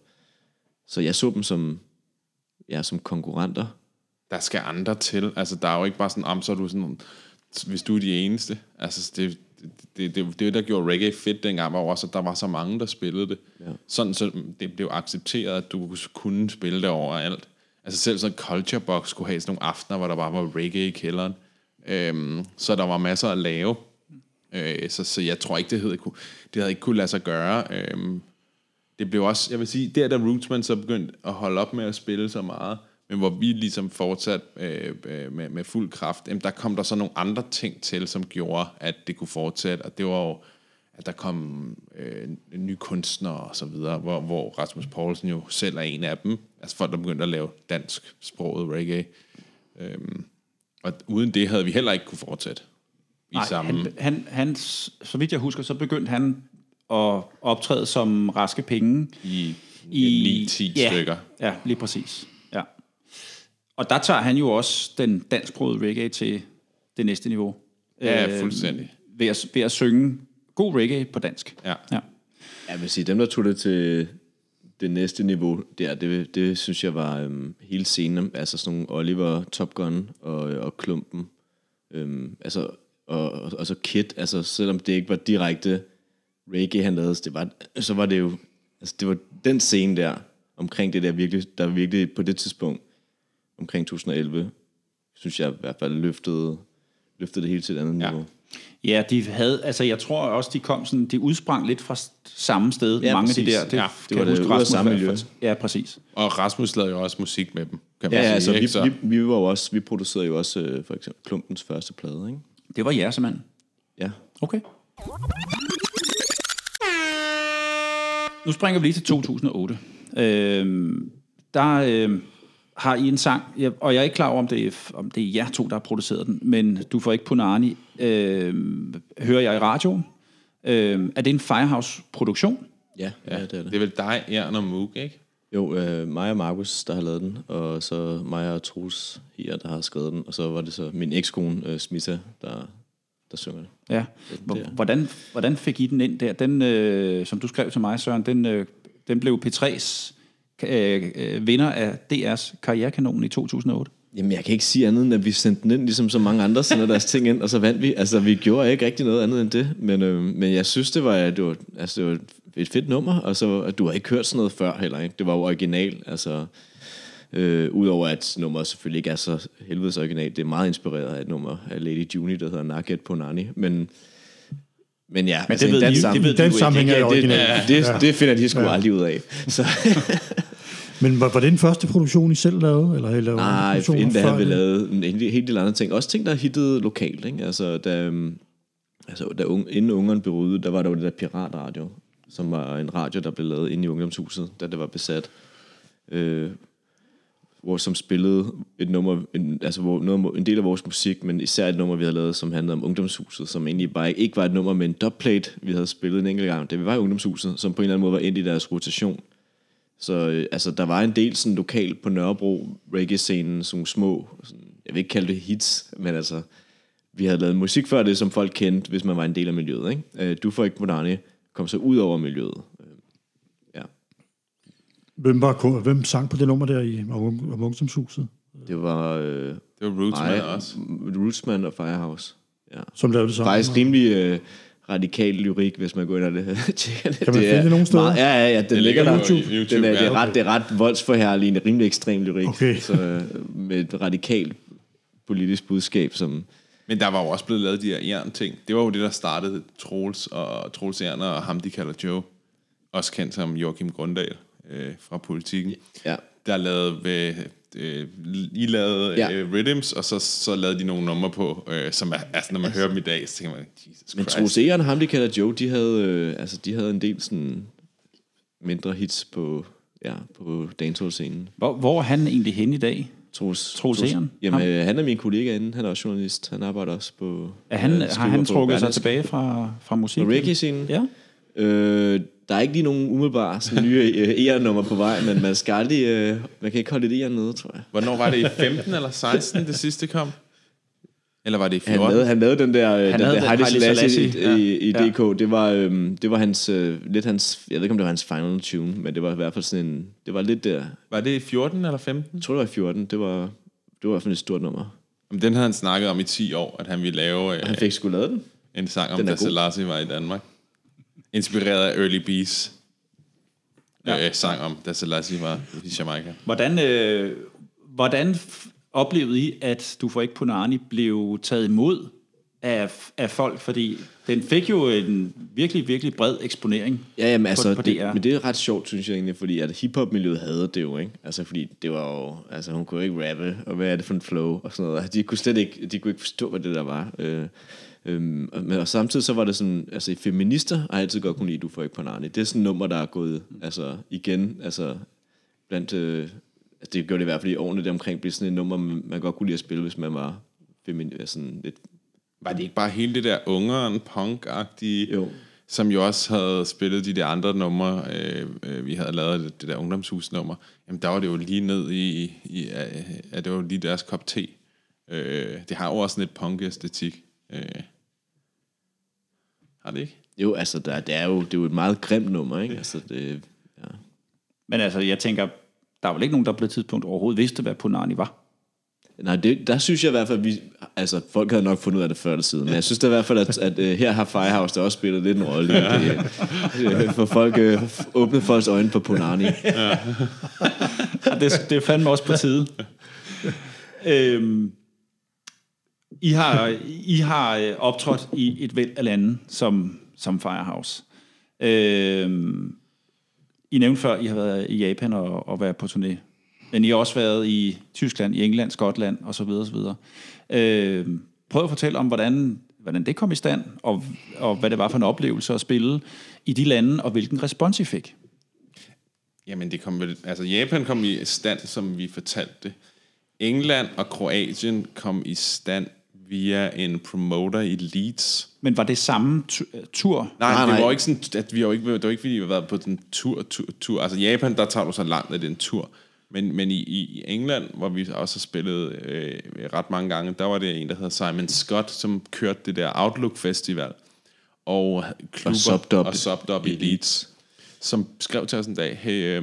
Så jeg så dem som konkurrenter. Der skal andre til. Altså, der er jo ikke bare sådan, så er du sådan, hvis du er de eneste. Altså, det der gjorde reggae fedt dengang, var også, at der var så mange, der spillede det. Ja. Sådan, så det blev accepteret, at du kunne spille det overalt. Altså selv sådan en Culture Box skulle have sådan nogle aftener, hvor der bare var reggae i kælderen. Så der var masser at lave. Så jeg tror ikke, det havde ikke kunne lade sig gøre. Det blev også, jeg vil sige, der Rootsman så begyndte at holde op med at spille så meget, men hvor vi ligesom fortsat med fuld kraft, der kom der så nogle andre ting til, som gjorde, at det kunne fortsætte, og det var jo, at der kom nye kunstnere og så videre, hvor Rasmus Poulsen jo selv er en af dem, altså folk, der begyndte at lave dansk sproget reggae. Og uden det havde vi heller ikke kunne fortsætte. Han, så vidt jeg husker, så begyndte han at optræde som raske penge i 9-10 stykker. Ja, lige præcis. Ja. Og der tager han jo også den dansksprogede reggae til det næste niveau. Ja, fuldstændig. Ved at synge god reggae på dansk. Ja. Jeg vil sige, dem der tog det til det næste niveau, det synes jeg var hele scenen, altså sådan nogle Oliver, Top Gun og Klumpen, altså og så Kid, altså selvom det ikke var direkte reggae han lavede, så var det jo, altså det var den scene der omkring det der virkelig på det tidspunkt omkring 2011, synes jeg i hvert fald løftede det hele til et andet niveau. Ja, de havde, altså jeg tror også, de kom sådan, de udsprang lidt fra samme sted, Ja, mange præcis. af de der. Det, Ja, det var det ud af samme miljø. Ja, præcis. Og Rasmus lavede jo også musik med dem, kan man Ja, sige. altså Ikke? vi var jo også, vi producerede jo også for eksempel Klumpens første plade, ikke? Det var jeres mand. Ja. Okay. Nu springer vi lige til 2008. Der har I en sang, og jeg er ikke klar over, om det er jer to, der har produceret den, men Du får ikke Punani, hører jeg i radioen. Er det en Firehouse-produktion? Ja, det er det. Det er vel dig, Ern og Moog, ikke? Jo, mig og Markus, der har lavet den, og så mig og Troels her, der har skrevet den, og så var det så min ekskone, Smita, der synger det. Ja. Hvordan fik I den ind der? Den, som du skrev til mig, Søren, den blev P3's vinder af DR's Karrierekanon i 2008. Jamen, jeg kan ikke sige andet, end at vi sendte den ind, ligesom så mange andre sender deres ting ind, og så vandt vi. Altså, vi gjorde ikke rigtig noget andet end det, men jeg synes, det var et fedt nummer, og så, at du har ikke hørt sådan noget før heller, ikke? Det var jo original, altså, udover at nummeret selvfølgelig ikke er så helvedes original, det er meget inspireret af et nummer af Lady Juni, der hedder Nugget på Nani, men ja, men altså, det ved den sammenhæng er original. Det finder de sgu aldrig ud af. Så. Men var det den første produktion, I selv lavede? Eller nej, inden da har vi lavet en helt del andre ting. Også ting, der hittede lokalt, ikke? Altså, inden ungerne blev ryddet, der var der jo det der piratradio, som var en radio, der blev lavet inde i ungdomshuset, da det var besat. Som spillede et nummer, en del af vores musik, men især et nummer, vi havde lavet, som handlede om ungdomshuset, som egentlig bare ikke var et nummer med en dubplate, vi havde spillet en enkelt gang, det var i ungdomshuset, som på en eller anden måde var ind i deres rotation. Så altså, der var en del sådan lokalt på Nørrebro, reggae-scenen, sådan små, sådan, jeg vil ikke kalde det hits, men altså, vi havde lavet musik før det, som folk kendte, hvis man var en del af miljøet, ikke? Du får ikke Punani, kom så ud over miljøet. Ja. Hvem sang på det nummer der i ungdomshuset? Det var Rootsman også. Rootsman og Firehouse. Ja. Som lavede det sammen? Faktisk rimelig radikal lyrik, hvis man går ind og det. Kan man finde det nogen steder? Ja, den ligger der. YouTube, det er ret voldsforherligende, rimelig ekstrem lyrik. Okay. Så, med et radikalt politisk budskab, som... Men der var jo også blevet lavet de her Ern-ting. Det var jo det, der startede Troels Ern og ham, de kalder Joe. Også kendt som Joachim Grundahl fra Politikken. Ja. Der lavede... I lavede rhythms, og så lavede de nogle numre på, som er, altså når man hører dem i dag, så tænker man, Jesus Christ. Men Troels Ern og ham, de kalder Joe, de havde en del sådan mindre hits på dancehall-scenen. Hvor er han egentlig henne i dag? Troels Ern? Jamen, han er min kollega inden, han er også journalist, han arbejder også på... Har han trukket sig tilbage fra musik? På reggae-scenen? Ja. Der er ikke lige nogen umiddelbare nye ER-nummer på vej, men man skal aldrig... man kan ikke holde et ER nede, tror jeg. Hvornår var det i 15 eller 16, det sidste kom? Eller var det i 14? Han lavede den der Haile Selassie i DK. Det var hans, lidt hans... Jeg ved ikke, om det var hans final tune, men det var i hvert fald sådan en... Det var lidt der... Var det i 14 eller 15? Jeg tror, det var i 14. Det var i hvert fald et stort nummer. Men den havde han snakket om i 10 år, at han ville lave... Han fik sgu lavet den. En sang om, da Selassie var i Danmark. Inspireret af Early Bees. Sang om, da Selassie var i Jamaica. Hvordan oplevede I, at Du får ikke Punani blev taget imod af folk? Fordi den fik jo en virkelig, virkelig bred eksponering på DR. Men det er ret sjovt, synes jeg egentlig, fordi at hiphop-miljøet havde det jo, ikke? Altså, fordi det var jo... Altså, hun kunne ikke rappe, og hvad er det for en flow, og sådan noget. De kunne ikke forstå, hvad det der var. Men samtidig så var det sådan, altså feminister har altid godt kunne lide Du får ikke Punani. Det er sådan et nummer, der er gået altså igen, altså blandt altså det gjorde det i hvert fald i årene der omkring, blev sådan et nummer man godt kunne lide at spille, hvis man var sådan lidt. Var det ikke bare hele det der ungeren punk-agtige, som jo også havde spillet de der andre numre, vi havde lavet det der ungdomshusnummer. Jamen der var det jo lige ned i at det var lige deres kop te. Det har jo også sådan et punk-æstetik. Har det ikke? Jo, altså det er jo et meget grimt nummer, ikke? Altså det, ja. Men altså, jeg tænker, der var vel ikke nogen, der på et tidspunkt overhovedet vidste, hvad Punani var? Nej, der synes jeg i hvert fald, altså folk havde nok fundet ud af det før eller siden, men jeg synes da i hvert fald, at her har Firehouse der også spillet lidt en rolle. For folk åbnede folks øjne på Punani. Ja. Det er fandme også på tide. I har optrådt i et væld af lande som Firehouse. I nævnte før, I har været i Japan og været på turné. Men I har også været i Tyskland, i England, Skotland osv. osv. Prøv at fortælle om, hvordan det kom i stand, og hvad det var for en oplevelse at spille i de lande, og hvilken respons I fik. Jamen, det kom vel... Altså, Japan kom i stand, som vi fortalte det. England og Kroatien kom i stand via en promoter i Leeds. Men var det samme tur? Nej, det var ikke sådan, at det var ikke fordi, vi har været på den tur. Altså, Japan, der tager du så langt af den tur. Men i England, hvor vi også har spillet ret mange gange, der var det en, der hedder Simon Scott, som kørte det der Outlook Festival. Og klubber og Subdub i Leeds, som skrev til os en dag, hey,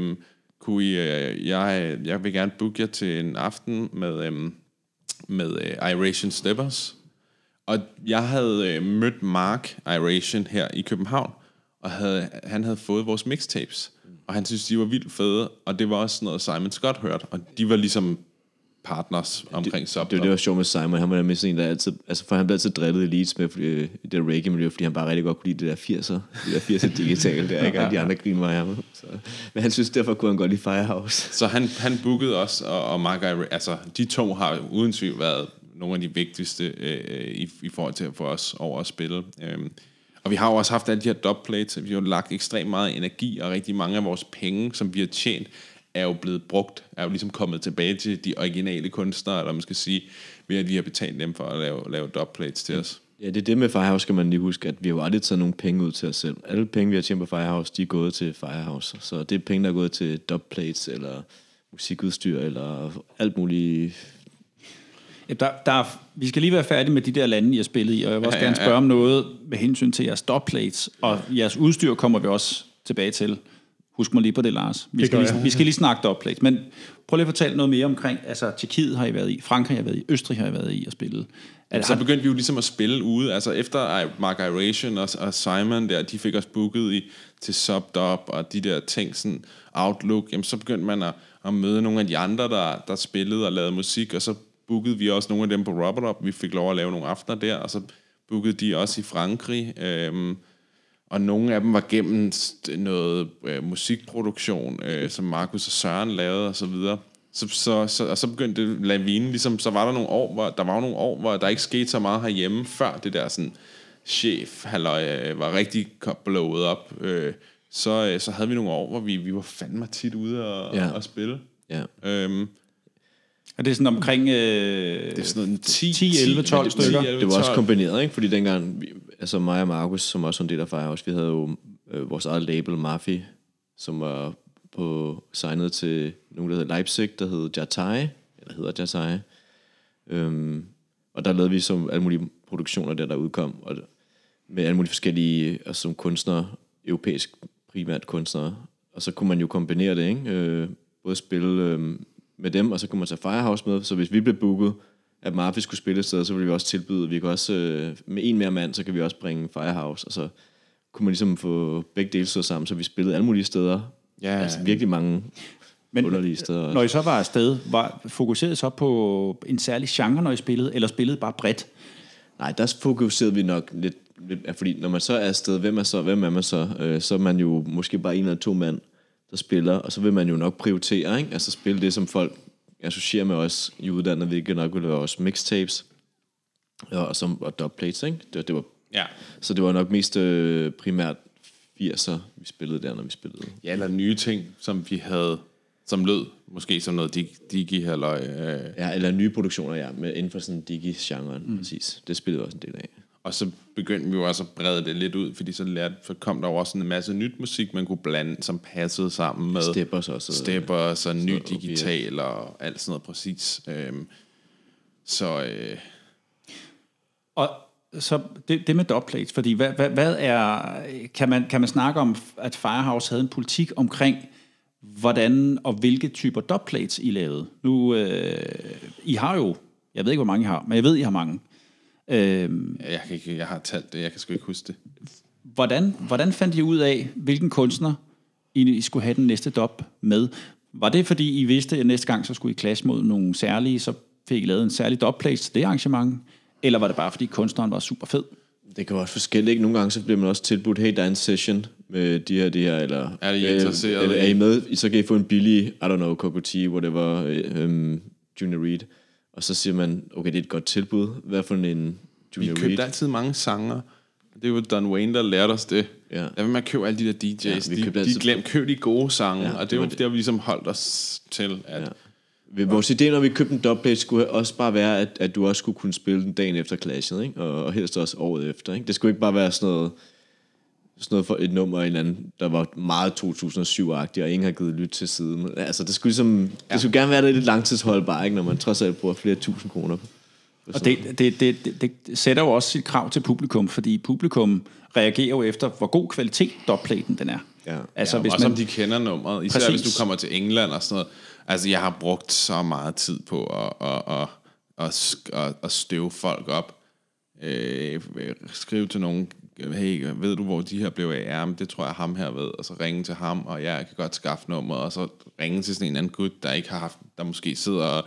jeg vil gerne booke jer til en aften med Iration Steppers. Og jeg havde mødt Mark Iration her i København, og han havde fået vores mixtapes. Og han synes, de var vildt fede, og det var også noget, Simon Scott hørte. Og de var ligesom partners omkring Subdub. Det var sjovt med Simon. Han var nemlig sådan en, der altid... Altså, for han blev altid drillet i Leeds med det reggae-miljø, fordi han bare rigtig godt kunne lide det der 80'er digitale der, ikke? Og de andre griner var ham. Men han synes, derfor kunne han godt lide Firehouse. Så han bookede os, og Mark altså, de to har uden tvivl været nogle af de vigtigste i forhold til at få os over at spille. Og vi har jo også haft alle de her dubplates. Vi har jo lagt ekstremt meget energi, og rigtig mange af vores penge, som vi har tjent, er jo blevet brugt, er jo ligesom kommet tilbage til de originale kunstnere, eller man skal sige, ved at vi har betalt dem for at lave dubplates til os. Ja, det er det med Firehouse, skal man lige huske, at vi har jo aldrig taget nogen penge ud til os selv. Alle penge, vi har tjent på Firehouse, de er gået til Firehouse. Så det er penge, der er gået til dubplates, eller musikudstyr, eller alt muligt. Vi skal lige være færdige med de der lande, I har spillet i, og jeg vil også gerne spørge om noget med hensyn til jeres dubplates, og jeres udstyr kommer vi også tilbage til. Husk mig lige på det, Lars. Vi skal lige snakke dubplates, men prøv lige at fortælle noget mere omkring, altså Tjekkiet har I været i, Frankrig har I været i, Østrig har I været i og spillet. Så begyndte vi jo ligesom at spille ude, altså efter Mark Iration og Simon der, de fik os booket til Subdub og de der ting, sådan Outlook, jamen så begyndte man at møde nogle af de andre, der spillede og lavede musik, og så bookede vi også nogle af dem på Rubber Dub. Vi fik lov at lave nogle aftener der, og så bookede de også i Frankrig. Og nogle af dem var gennem noget musikproduktion, som Markus og Søren lavede, og så videre. Så begyndte det lavinen, ligesom, så var der nogle år, hvor der ikke skete så meget herhjemme, før det der sådan chef-halløj var rigtig blowet op. Så havde vi nogle år, hvor vi var fandme tit ude og spille. Ja. Og det er sådan omkring det er sådan noget 10, 11, 12 stykker. Det var også kombineret, ikke? Fordi dengang, altså mig og Markus, som også var en del af Firehouse, vi havde jo vores eget label, Mafi, som var signet til nogen, der hed Leipzig, der hed Jatai, eller hedder Jatai. Og der lavede vi som alle mulige produktioner der udkom, og med alle mulige forskellige, altså som kunstnere, europæisk primært kunstnere. Og så kunne man jo kombinere det, ikke? Både spille med dem, og så kunne man tage Firehouse med. Så hvis vi blev booket, at Marfi skulle spille et sted, så ville vi også tilbyde, vi kan også, med en mere mand, så kan vi også bringe Firehouse, og så kunne man ligesom få begge dele stået sammen, så vi spillede alle mulige steder. Ja, altså virkelig mange underlige steder. Når I så var afsted, fokuserede I så på en særlig genre, når I spillede, eller spillede bare bredt? Nej, der fokuserede vi nok lidt, fordi når man så er afsted, hvem er man så? Så er man jo måske bare en eller to mand, der spiller, og så vil man jo nok prioritere, ikke? Altså spille det, som folk associerer med os i udlandet, hvilket nok ville være også mixtapes og dubplates, ikke? Det var, ja. Så det var nok mest primært 80'er, vi spillede der, når vi spillede. Ja, eller nye ting, som vi havde, som lød måske som noget digi-halløj. Ja, eller nye produktioner, ja, inden for sådan digi-genren, præcis. Det spillede vi også en del af. Og så begyndte vi jo også at brede det lidt ud, fordi så kom der jo også en masse nyt musik, man kunne blande, som passede sammen med Steppers og ny digital og alt sådan noget præcis. Og så det med dubplates, fordi hvad er, kan man snakke om, at Firehouse havde en politik omkring, hvordan og hvilke typer dubplates I lavede? Nu, I har jo, jeg ved ikke, hvor mange I har, men jeg ved, I har mange. Jeg har talt det, jeg kan sgu ikke huske det. Hvordan fandt I ud af, hvilken kunstner I skulle have den næste dub med? Var det, fordi I vidste, at næste gang så skulle I clash mod nogle særlige, så fik I lavet en særlig dubplate til det arrangement? Eller var det bare, fordi kunstneren var super fed? Det kan være forskelligt, ikke? Nogle gange så bliver man også tilbudt, hey, der er en session med de her, eller... Er I interesseret? Eller er I med? Så kan I få en billig, I don't know, Coco T, whatever, Junior Reid. Og så siger man, okay, det er et godt tilbud. Hvad for en Junior Reid? Vi købte altid mange sanger. Det var Don Wayne, der lærte os det. Ja. Der vil man købe alle de der DJ's. Ja, de glemte købe de gode sange, ja, og det var det, har vi ligesom holdt os til. At vores idé, når vi købte en dubplate, skulle også bare være, at du også skulle kunne spille den dagen efter Clashet, ikke? Og helst også året efter. Ikke? Det skulle ikke bare være sådan noget for et nummer i en anden, der var meget 2007-agtigt, og ingen har givet lyt til siden. Altså, det skulle ligesom, det skulle gerne være lidt langtidsholdbart, ikke? Når man trods alt bruger flere tusind kroner på. Og det sætter jo også sit krav til publikum, fordi publikum reagerer jo efter, hvor god kvalitet dubplaten den er. Ja. Altså, hvis også man, om de kender nummeret. Især præcis. Hvis du kommer til England og sådan noget. Altså, jeg har brugt så meget tid på at støve folk op. Skrive til nogen, hey, ved du, hvor de her blev af? Ja, men det tror jeg, ham her ved. Og så ringe til ham, og jeg kan godt skaffe nummeret. Og så ringe til sådan en anden gut, der ikke har haft, der måske sidder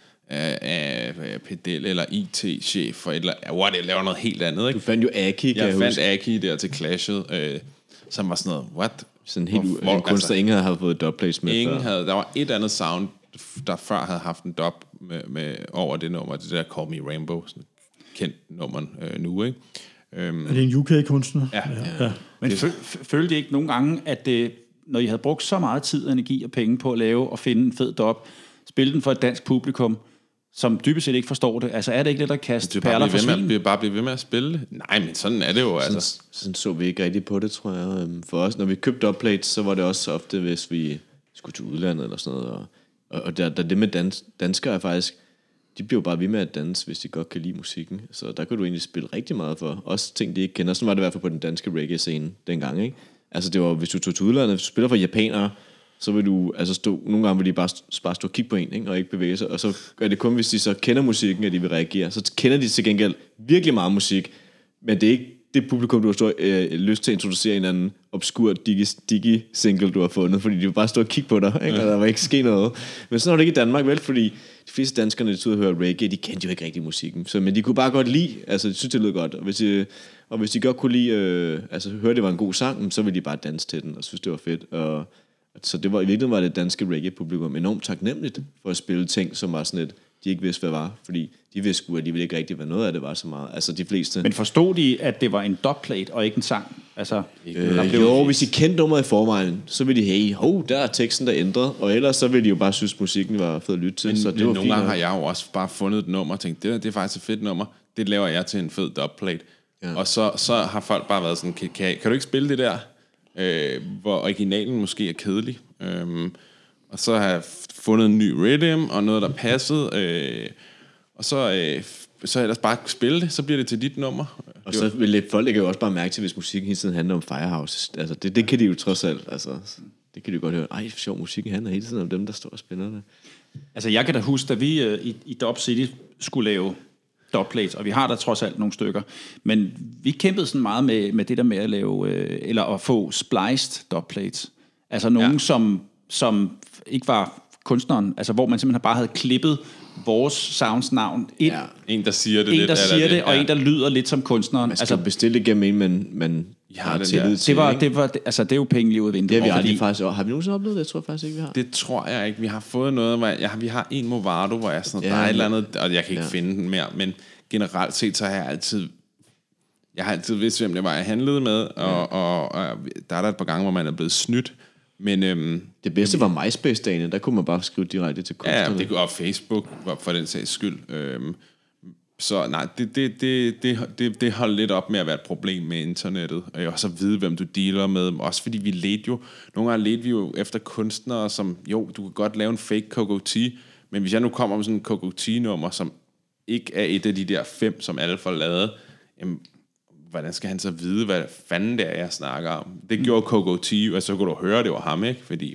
af pedel eller IT-chef for et eller andet. Det laver noget helt andet, ikke? Du fandt jo Aki, jeg fandt Aki der til Clashet, som var sådan noget, what? Sådan helt kunstner, ingen havde fået dubplates med ingen havde, der var et andet sound, der før havde haft en dub med over det nummer, det der Call Me Rainbow, sådan kendt nummer nu, ikke? Er det en UK-kunstner? Ja. Men følte I ikke nogle gange, at det, når I havde brugt så meget tid, energi og penge på at lave og finde en fed dub, spille den for et dansk publikum, som dybest set ikke forstår det. Altså er det ikke lidt at kaste perler for svin? Det er bare blive ved med at spille det. Nej, men sådan er det jo. Altså. Sådan så vi ikke rigtig på det, tror jeg. For os, når vi købte dubplates, så var det også ofte, hvis vi skulle til udlandet eller sådan noget. Og der det med danskere er faktisk, de bliver jo bare ved med at danse, hvis de godt kan lide musikken. Så der kan du egentlig spille rigtig meget for. Også ting, de ikke kender. Sådan var det i hvert fald på den danske reggae-scene dengang, ikke? Altså det var, hvis du tog til udlandet, hvis du spiller for japanere, så vil du altså stå, nogle gange vil de bare stå og kigge på en, ikke? Og ikke bevæge sig, og så er det kun, hvis de så kender musikken, at de vil reagere. Så kender de til gengæld virkelig meget musik, men det er ikke det publikum, du har lyst til at introducere en anden obskur digi-single, du har fundet, fordi de vil bare stå og kigge på dig, ikke? Og der var ikke ske noget. Men sådan var det ikke i Danmark, vel? Fordi de fleste danskere, når de tog og høre reggae, de kendte jo ikke rigtig musikken. Så, men de kunne bare godt lide, altså de synes, det lød godt. Og hvis de godt kunne lide, altså høre, det var en god sang, så ville de bare danse til den, og synes, det var fedt. Og så det var, i virkeligheden var det danske reggae-publikum enormt taknemmeligt for at spille ting, som var sådan et, de ikke vidste, hvad var. Fordi de vidste sgu alligevel ikke rigtigt, hvad noget af det var så meget. Altså de fleste. Men forstod de, at det var en dubplate og ikke en sang? Altså, hvis de kendte nummeret i forvejen, så ville de, hey, der er teksten, der ændret. Og ellers så ville de jo bare synes, musikken var fed at lytte til. Men så det var nogle gange har jeg jo også bare fundet et nummer og tænkt, det er faktisk et fedt nummer. Det laver jeg til en fed dubplate. Ja. Og så har folk bare været sådan, kan du ikke spille det der? Hvor originalen måske er kedelig. Og så har jeg fundet en ny rhythm og noget, der passede. Og så ellers bare spille det, så bliver det til dit nummer. Og så vil folk jo også bare mærke til, hvis musikken hele tiden handler om Firehouse. Altså, det kan de jo trods alt. Altså, det kan de jo godt høre. Ej, sjov, musikken handler hele tiden om dem, der står og spiller det. Altså, jeg kan da huske, da vi i Dub City skulle lave dubplates, og vi har der trods alt nogle stykker, men vi kæmpede sådan meget med det der med at lave, eller at få spliced dubplates. Altså nogen, som ikke var kunstneren, altså hvor man simpelthen bare havde klippet vores sounds navn ind. Ja. En, der siger det en, lidt. der siger det, og en, der lyder lidt som kunstneren. Man skal bestille det gennem en, man har tillid til. Det er jo penge lige ud af vinduet. Det har vi aldrig faktisk. Har vi nogensinde oplevet det? Jeg tror faktisk ikke, vi har. Det tror jeg ikke. Vi har fået noget, hvor vi har en Movado, hvor jeg sådan, der er et eller andet, og jeg kan ikke finde den mere, men generelt set, så har jeg altid vidst, hvem det var, jeg handlede med, og der er der et par gange, hvor man er blevet snydt. Men det bedste var MySpace-dagene, der kunne man bare skrive direkte til kunstnerne. Ja, det kunne også Facebook, for den sags skyld. Så nej, det holdt lidt op med at være et problem med internettet, og så vide, hvem du dealer med. Også fordi nogle gange ledte vi jo efter kunstnere, som, jo, du kan godt lave en fake Coco T, men hvis jeg nu kommer med sådan en Coco T-nummer, som ikke er et af de der 5, som alle får lavet, jamen, hvordan skal han så vide, hvad fanden det er, jeg snakker om? Det gjorde Coco T, og så kunne du høre, det var ham, ikke? Fordi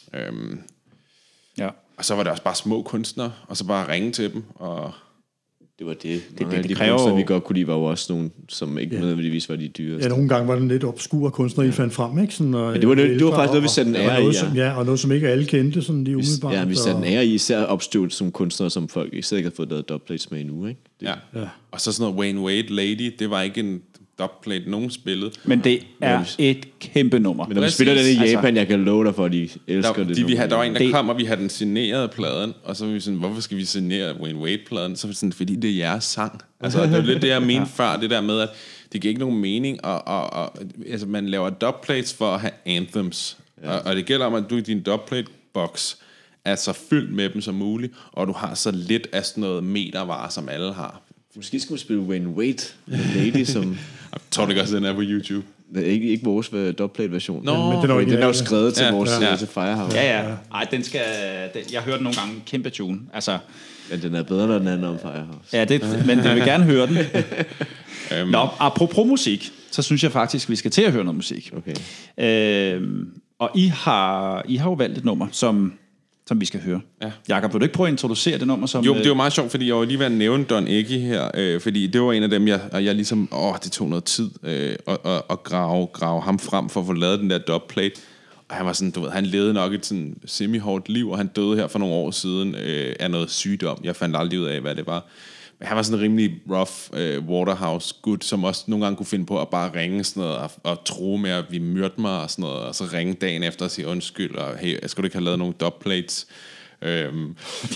og så var det også bare små kunstnere, og så bare ringe til dem, og Det var det. Det kræver kunstnere, vi godt kunne lide, var jo også nogle, som ikke nødvendigvis var de dyreste. Ja, nogle gange var det lidt obskure kunstnere, I fandt frem, ikke? Sådan, og, det var faktisk noget, vi satte en ære i, ja. Og noget, som ikke alle kendte, sådan lige umiddelbart. Ja, vi satte en ære i, især opstøvet som kunstnere, som folk især ikke har fået lavet dubplates med endnu, ikke? Ja. Og så sådan noget Wayne Wade Lady, det var ikke en dubplate, nogen spillede. Men det er et kæmpe nummer. Men når vi spiller den i Japan, jeg kan love dig for, at de elsker det. Der var en, der kom, og vi havde den signerede pladen, og så var vi sådan, hvorfor skal vi signere Wayne Wade-pladen? Så var det sådan, fordi det er jeres sang. Altså, det var lidt det, jeg mente før, det der med, at det giver ikke nogen mening, og altså, man laver dubplates for at have anthems. Ja. Og det gælder om, at du i din dubplate-box er så fyldt med dem som muligt, og du har så lidt af sådan noget metervare, som alle har. Måske skal vi spille Wayne Wade, Lady, som... Jeg tror det også, den er på YouTube. Det er ikke vores dubplate-version. Men den er jo skrevet til vores til Firehouse. Ja. Ej, jeg hørte nogle gange kæmpe tune. Altså, men den er bedre, når den anden om Firehouse. Ja, men jeg vil gerne høre den. Nå, apropos musik, så synes jeg faktisk, vi skal til at høre noget musik. Okay. Og I har jo valgt et nummer, som vi skal høre. Ja. Jakob, vil du ikke prøve at introducere det nummer? Som, jo, det var meget sjovt, fordi jeg var lige ved at nævne Don Iggy her, fordi det var en af dem, jeg ligesom, det tog noget tid at grave ham frem for at få lavet den der dubplate. Og han var sådan, du ved, han levede nok et sådan semi-hårdt liv, og han døde her for nogle år siden af noget sygdom. Jeg fandt aldrig ud af, hvad det var. Men han var sådan en rimelig rough Waterhouse-gut, som også nogle gange kunne finde på at bare ringe sådan noget, og tro med, at vi myrte mig og sådan noget, og så ringe dagen efter og sige undskyld, og hey, jeg skulle ikke have lavet nogle dubplates. Ja, men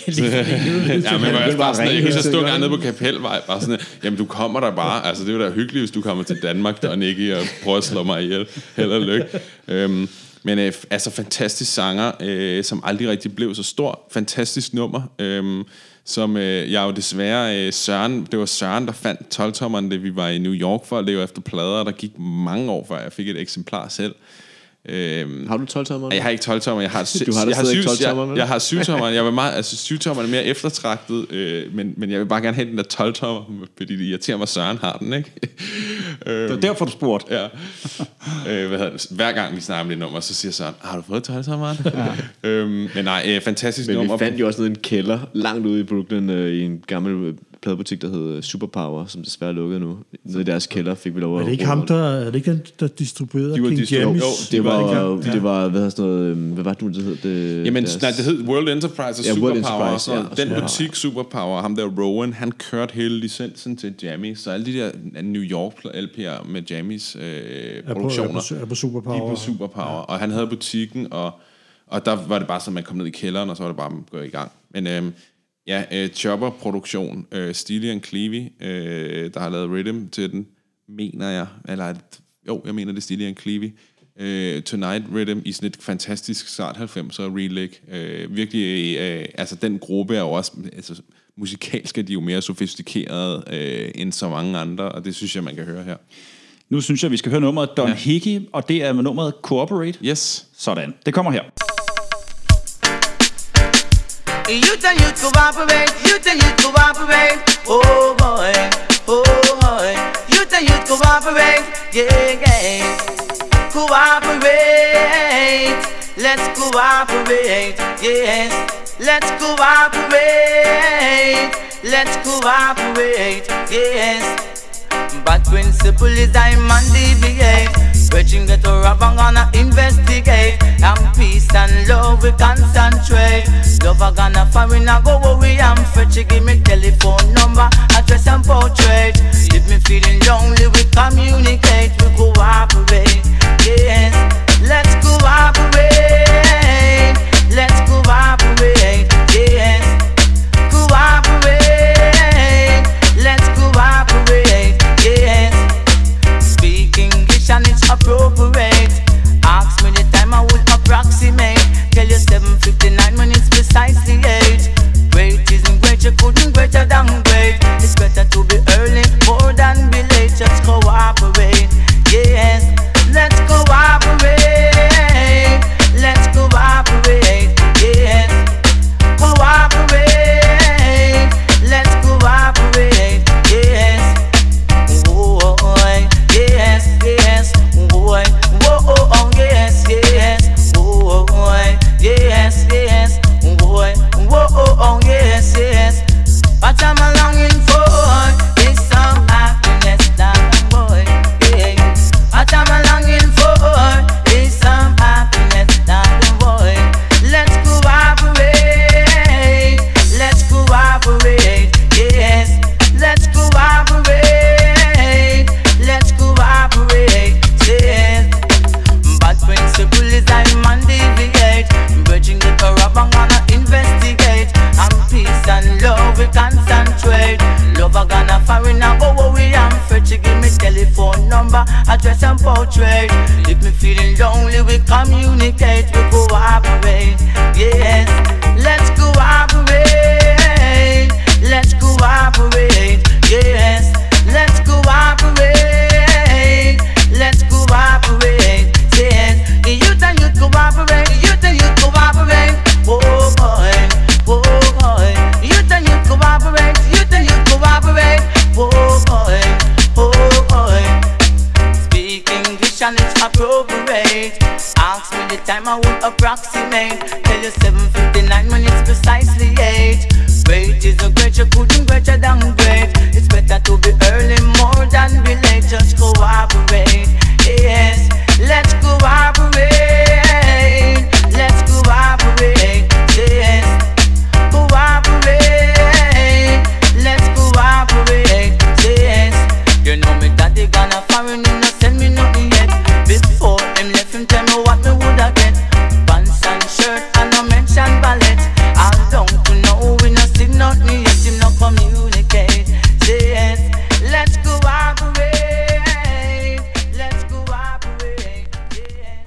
bare sådan, jeg kan så stå nede på Kapelvej, bare sådan, jamen du kommer der bare, altså det er jo da hyggeligt, hvis du kommer til Danmark, der ikke og prøver at slå mig ihjel, held og lykke. Men altså fantastisk sanger, som aldrig rigtig blev så stor, fantastisk nummer, som jeg jo desværre, det var Søren, der fandt 12-tommeren, da vi var i New York for at leve efter plader, og der gik mange år, før jeg fik et eksemplar selv. Har du 12-tommer? Jeg har ikke 12-tommer. Jeg har 7-tommer. Jeg vil meget, altså 7-tommer er mere eftertragtet, men jeg vil bare gerne have den der 12-tommer, fordi det irriterer mig, Søren har den, ikke? Det er derfor, du spurgte. Ja. Hver gang vi snakker om det nummer, så siger Søren, har du fået 12-tommeren? Men nej, fantastisk nummer. Men vi fandt jo også en kælder langt ude i Brooklyn i en gammel pladebutik, der hed Superpower, som desværre er lukket nu. Nede i deres kælder fik vi lov at... Er det ikke ham, er det ikke den, der distribuerede King James? Det var hvad var det nu, det hed? Jamen, det hed World Enterprise og Superpower. Den butik Superpower, ham der Rowan, han kørte hele licensen til Jammy, så alle de der New York LP'er med Jammys produktioner er på Superpower. På Superpower. Og han havde butikken, og der var det bare sådan, man kom ned i kælderen, og så var det bare at gå i gang. Men Chopper-produktion, Steely and Clevie, der har lavet rhythm til den, mener jeg, jeg mener det er Steely and Clevie, Tonight Rhythm i sådan et fantastisk start 90'er releg. Virkelig, altså den gruppe er jo også, altså musikalsk er de jo mere sofistikerede end så mange andre, og det synes jeg, man kan høre her. Nu synes jeg, vi skal høre nummeret Don Iggy, og det er med nummeret Cooperate. Yes. Sådan, det kommer her. Youth and youth cooperate, youth and youth cooperate, oh boy, youth and youth cooperate, yeah, cooperate, let's cooperate, yes, let's cooperate, yes, bad principle is I'm on deviate, Virgin get a rap, I'm gonna investigate. And peace and love we concentrate. Love I gonna find, I go worry and fetch. Give me telephone number, address and portrait. If me feeling lonely, we communicate. We cooperate, yes. Let's cooperate. Let's cooperate, yes. Cooperate. Let's cooperate, yes. Speak English and it's appropriate. Ask me the time I will approximate. Tell you 7:59 minutes precisely 8. Great isn't great, you couldn't greater than great. It's better to be early more than be late. Just cooperate, yes. Let's address and portrait. If me feeling lonely, we communicate, we cooperate. Yes, let's cooperate. Let's cooperate. Yes, let's cooperate. Let's cooperate. Yes, the youth and youth cooperate. The youth and youth cooperate. Oh boy, oh boy. The youth and youth cooperate. The youth and youth cooperate. Oh boy, oh boy. Speak English and it's appropriate. Ask me the time I would approximate. Tell you 7:59 when it's precisely 8. Great is a great, you couldn't greater than great. It's better to be early more than be late. Just cooperate. Yes, let's cooperate. Let's cooperate. Yes, cooperate. Let's cooperate. Yes, you know me daddy gonna foreign, him no send me nothing yet. Before him left, him tell me what me woulda get. Pants and shirt and no mention ballet. I don't know, we no see nothing yet, him no communicate. Yes, let's cooperate. Let's cooperate. Yes.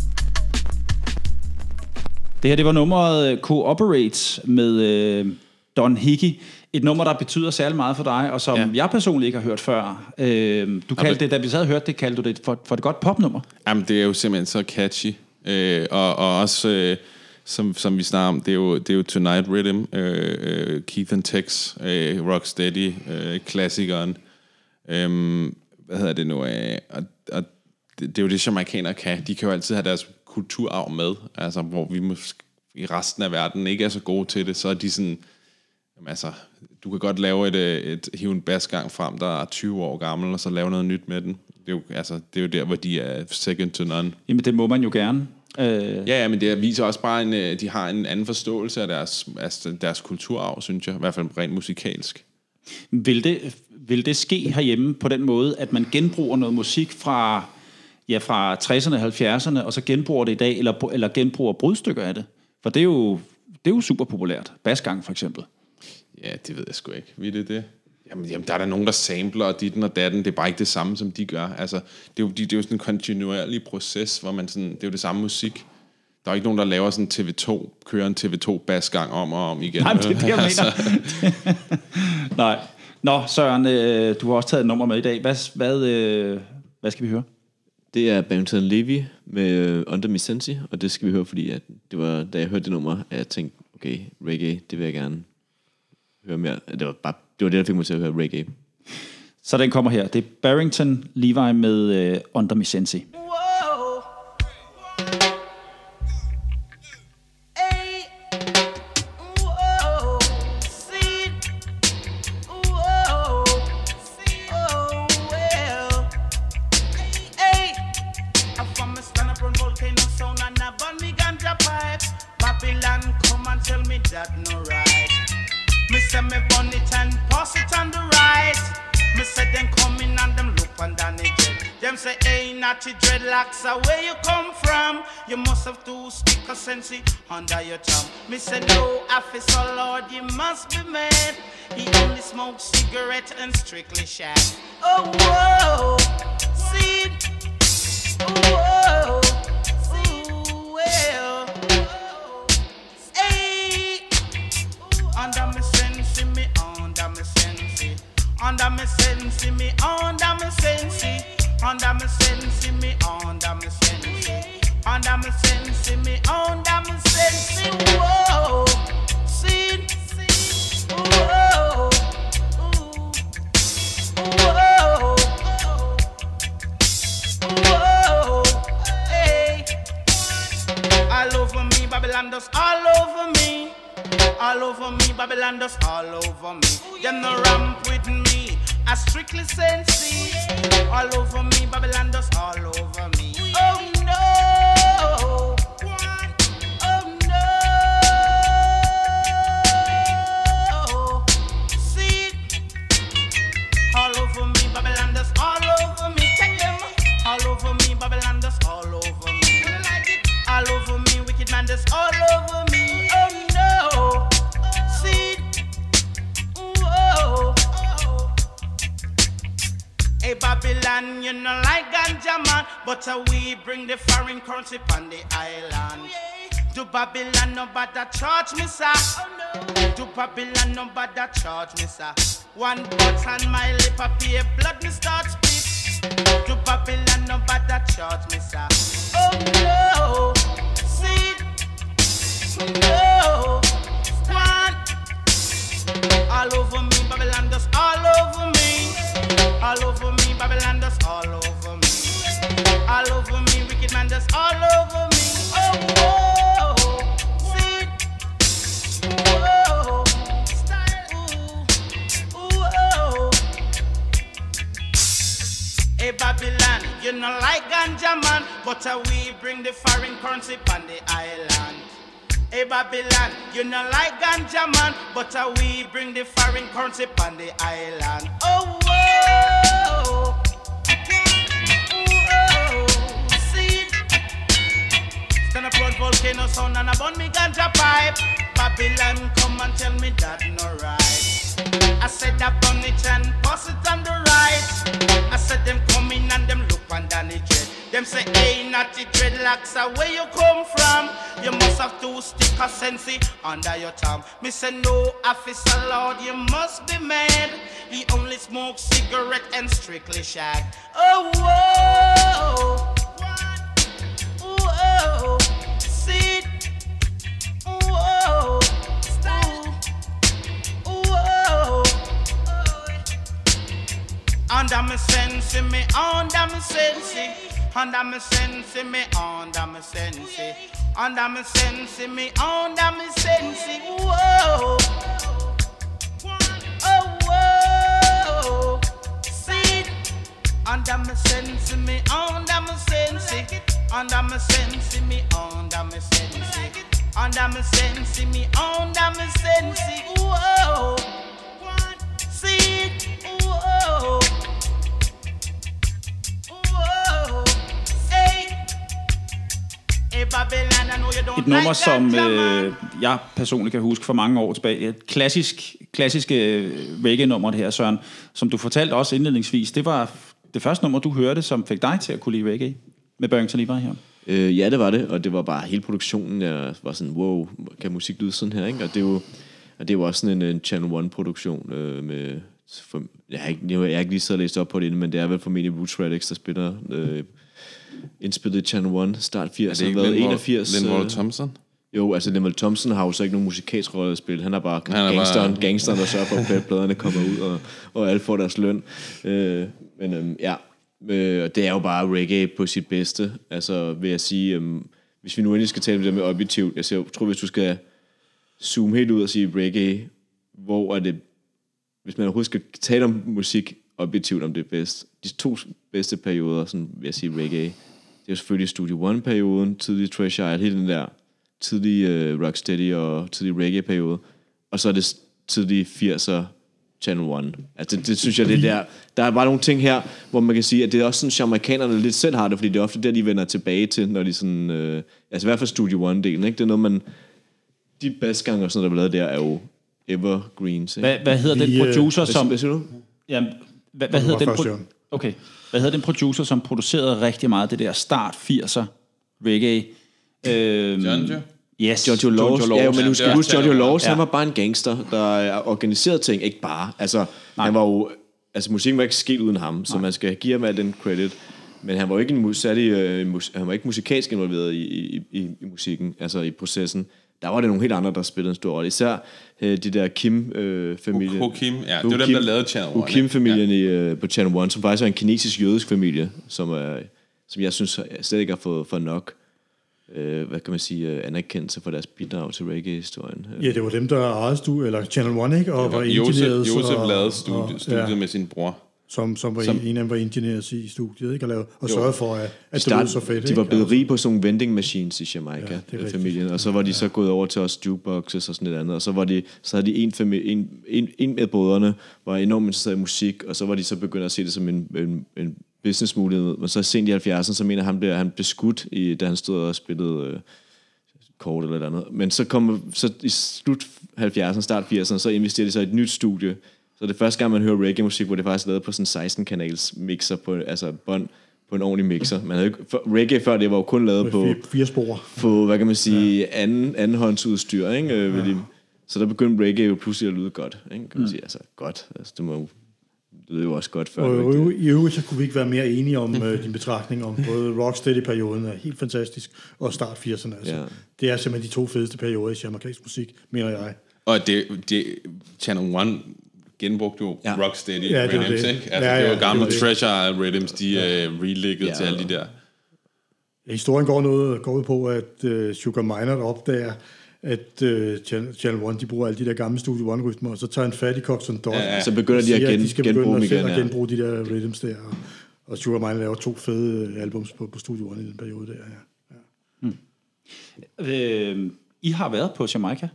Det her, det var nummeret Cooperate med Don Hickey. Et nummer, der betyder særlig meget for dig, og som jeg personligt ikke har hørt før. Du kaldte det, da vi sad og hørte det, kaldte du det for et godt popnummer. Jamen, det er jo simpelthen så catchy. Og også, som vi snakker om, det er jo Tonight Rhythm, Keith and Tex, Rocksteady, klassikeren. Hvad hedder det nu? Og det er jo det, jamaikanere kan. De kan jo altid have deres kulturarv med, altså hvor vi måske i resten af verden ikke er så gode til det, så er de sådan, jamen altså, du kan godt lave hive en basgang frem, der er 20 år gammel, og så lave noget nyt med den. Det er jo der, hvor de er second to none. Jamen, det må man jo gerne. Ja, men det viser også bare, de har en anden forståelse af deres kulturarv, synes jeg, i hvert fald rent musikalsk. Vil det ske herhjemme på den måde, at man genbruger noget musik fra 60'erne og 70'erne, og så genbruger det i dag, eller genbruger brudstykker af det? For det er jo super populært. Basgang for eksempel. Ja, det ved jeg sgu ikke. Ved det? Jamen, der er der nogen, der sampler og ditten og datten. Det er bare ikke det samme, som de gør. Altså, det er jo sådan en kontinuerlig proces, hvor man sådan, det er jo det samme musik. Der er ikke nogen, der laver sådan kører en TV2-basgang om og om igen. Nej, men det er det, jeg mener. Nej. Nå, Søren, du har også taget et nummer med i dag. Hvad skal vi høre? Det er Barrington Levy med Under Me Sensi, og det skal vi høre, fordi at det var, da jeg hørte det nummer, at jeg tænkte, okay, reggae, det vil jeg gerne høre mere. Det var det, der fik mig til at høre reggae. Så den kommer her. Det er Barrington Levy med Under Me Sensi. Dreadlocks are where you come from. You must have two stick of sense under your tongue. Me say no officer, Lord, you must be mad. He only smokes cigarette and strictly shag. Oh, whoa, see, whoa, ooh, well, hey, under me sense, me under me sense, under me sense, me under me sense. Under me sense, me under me sense. Under me sense, me under me sense. Whoa, see, whoa, whoa, whoa, hey. All over me, Babylon does all over me. All over me, Babylon does all over me. Them no ramp with me. I strictly sensey. All over me, Babylon does all over me. Oh no, oh no. See, all over me, Babylon does all over me. Check them. All over me, Babylon does all over me. All over me, wicked man does all over me. Oh no, see, whoa. Hey Babylon, you know like ganja man, but we bring the foreign currency on the island. To Babylon, nobody charge me, sir. To Babylon, nobody charge me, sir. One butt on my lip, I pay blood, me start spit. To Babylon, nobody charge me, sir. Oh no, see, no, one. All over me, Babylon does all over me. All over me, Babylon does all over me. All over me, wicked man does all over me. Oh, whoa, see, whoa, style, ooh, whoa. Hey Babylon, you know like ganja man, but we bring the foreign currency on the island. Hey Babylon, you know like ganja man, but we bring the foreign currency on the island. Oh, whoa, whoa, see, stand up road volcano sound and I burn me ganja pipe. Babylon come and tell me that no right. I said I burn it and pass it on the right. I said them come in and them look under the jet. Them say, hey, not natty dreadlocks are where you come from. You must have two sticker sensi under your tongue. Me say no, officer Lord, you must be mad. He only smokes cigarette and strictly shag. Oh, whoa. Whoa. See it. Whoa. Whoa. Under me sense, me under me sense. Under me sense, me under me sense. Under me sense, me under me sense. Whoa. Oh, whoa. See it. Under me sense, me under me sense. Under me sense, me under me sense. Under me sense, me under me sense. Whoa. See it. Whoa. Et nummer, som jeg personligt kan huske for mange år tilbage. Et klassisk reggae-nummer, det her, Søren, som du fortalte også indledningsvis. Det var det første nummer, du hørte, som fik dig til at kunne lide reggae med Barrington Levy her. Ja, det var det, og det var bare hele produktionen, jeg var sådan, wow, kan musik lyde sådan her, ikke? Og det er jo også sådan en Channel One-produktion med... Jeg har ikke lige siddet og læst op på det, men det er vel formentlig Roots Radics, der spiller... indspillet i Channel One, start 80'erne. Er det ikke Linval Thompson? Jo, altså Linval Thompson har jo så ikke nogen musikalsk rolle at spille. Han er bare gangsteren, der sørger for, at pladerne kommer ud, og alle får deres løn. Det er jo bare reggae på sit bedste. Altså, vil jeg sige, hvis vi nu endelig skal tale det med objektivt, jeg tror, hvis du skal zoome helt ud og sige reggae, hvor er det, hvis man overhovedet skal tale om musik objektivt, om det er bedst. De to bedste perioder, sådan vil jeg sige reggae, det er jo selvfølgelig Studio One-perioden, tidlig Treasure Isle, hele den der tidlige Rocksteady og tidlige reggae-periode, og så er det tidlige 80'er Channel One. Altså det synes jeg, det er der er bare nogle ting her, hvor man kan sige, at det er også sådan, jamaikanerne lidt selv har det, fordi det er ofte der, de vender tilbage til, når de sådan, altså i hvert fald Studio One-delen, ikke? Det er noget, man, de bassgange og sådan noget, der bliver lavet der, er jo evergreens. Hvad hedder den producer, som... Hvad siger du? Jamen, hvad hedder den producer, som producerede rigtig meget det der start 80'er reggae? John? Yes. John Laws. Ja, men du skal huske, John Laws, han var bare en gangster, der organiserede ting, ikke bare. Altså, han var jo... Altså, musikken var ikke sket uden ham, så man skal give ham al den credit. Men han var jo ikke han var ikke musikalsk involveret i musikken, altså i processen. Der var det nogle helt andre, der spillede en stor rolle. Især de der Kim-familie. Kim, ja. Det var dem, der lavede Channel One. Kim-familien på Channel One, som faktisk er en kinesisk-jødisk familie, som jeg synes slet ikke har fået nok, hvad kan man sige, anerkendelse for deres bidrag til reggae-historien. Ja, det var dem, der ejede eller Channel One, ikke? Og var engineeret. Josef lavede studiet med sin bror. Som en af dem var ingeniører i studiet, ikke? Og sørgede for, at det var så fedt. De var blevet rige på sådan nogle vending machines i Jamaica, familien, og så var de så gået over til også jukeboxes og sådan lidt andet, og så havde de en af brødrene, var enormt interesseret i musik, og så var de så begyndt at se det som en businessmulighed, men så sent i 70'erne, så mener han blev skudt, da han stod og spillede kort eller noget andet. Men så i slut 70'erne, start 80'erne, så investerede de så i et nyt studie. Så det er første gang, man hører reggae-musik, hvor det faktisk er lavet på sådan 16-kanals mixer, altså bånd på en ordentlig mixer. Man havde reggae før, det var jo kun lavet på 4 spor. På, hvad kan man sige, andenhåndsudstyr, ikke? Så der begyndte reggae jo pludselig at lyde godt, ikke? Kan man sige, altså godt. Altså, det lyder jo også godt før. Og i øvrigt, så kunne vi ikke være mere enige om din betragtning om både Rocksteady-perioden er helt fantastisk, og start 80'erne. Altså. Ja. Det er simpelthen de to fedeste perioder i jamaicansk musik, mener jeg. Og det Channel One genbrugte jo Rocksteady rhythms, ikke? Altså, det var gamle Treasure Rhythms, de religgede til alle de der. Historien går ud på, at Sugar Minott opdager, at Channel One, de bruger alle de der gamle Studio One-rytmer, og så tager en fat i Coxsone Dodd. Så begynder de at genbruge dem igen. At genbruge de der rhythms der. Og Sugar Minott laver 2 fede albums på Studio One i den periode der. I har været på Jamaica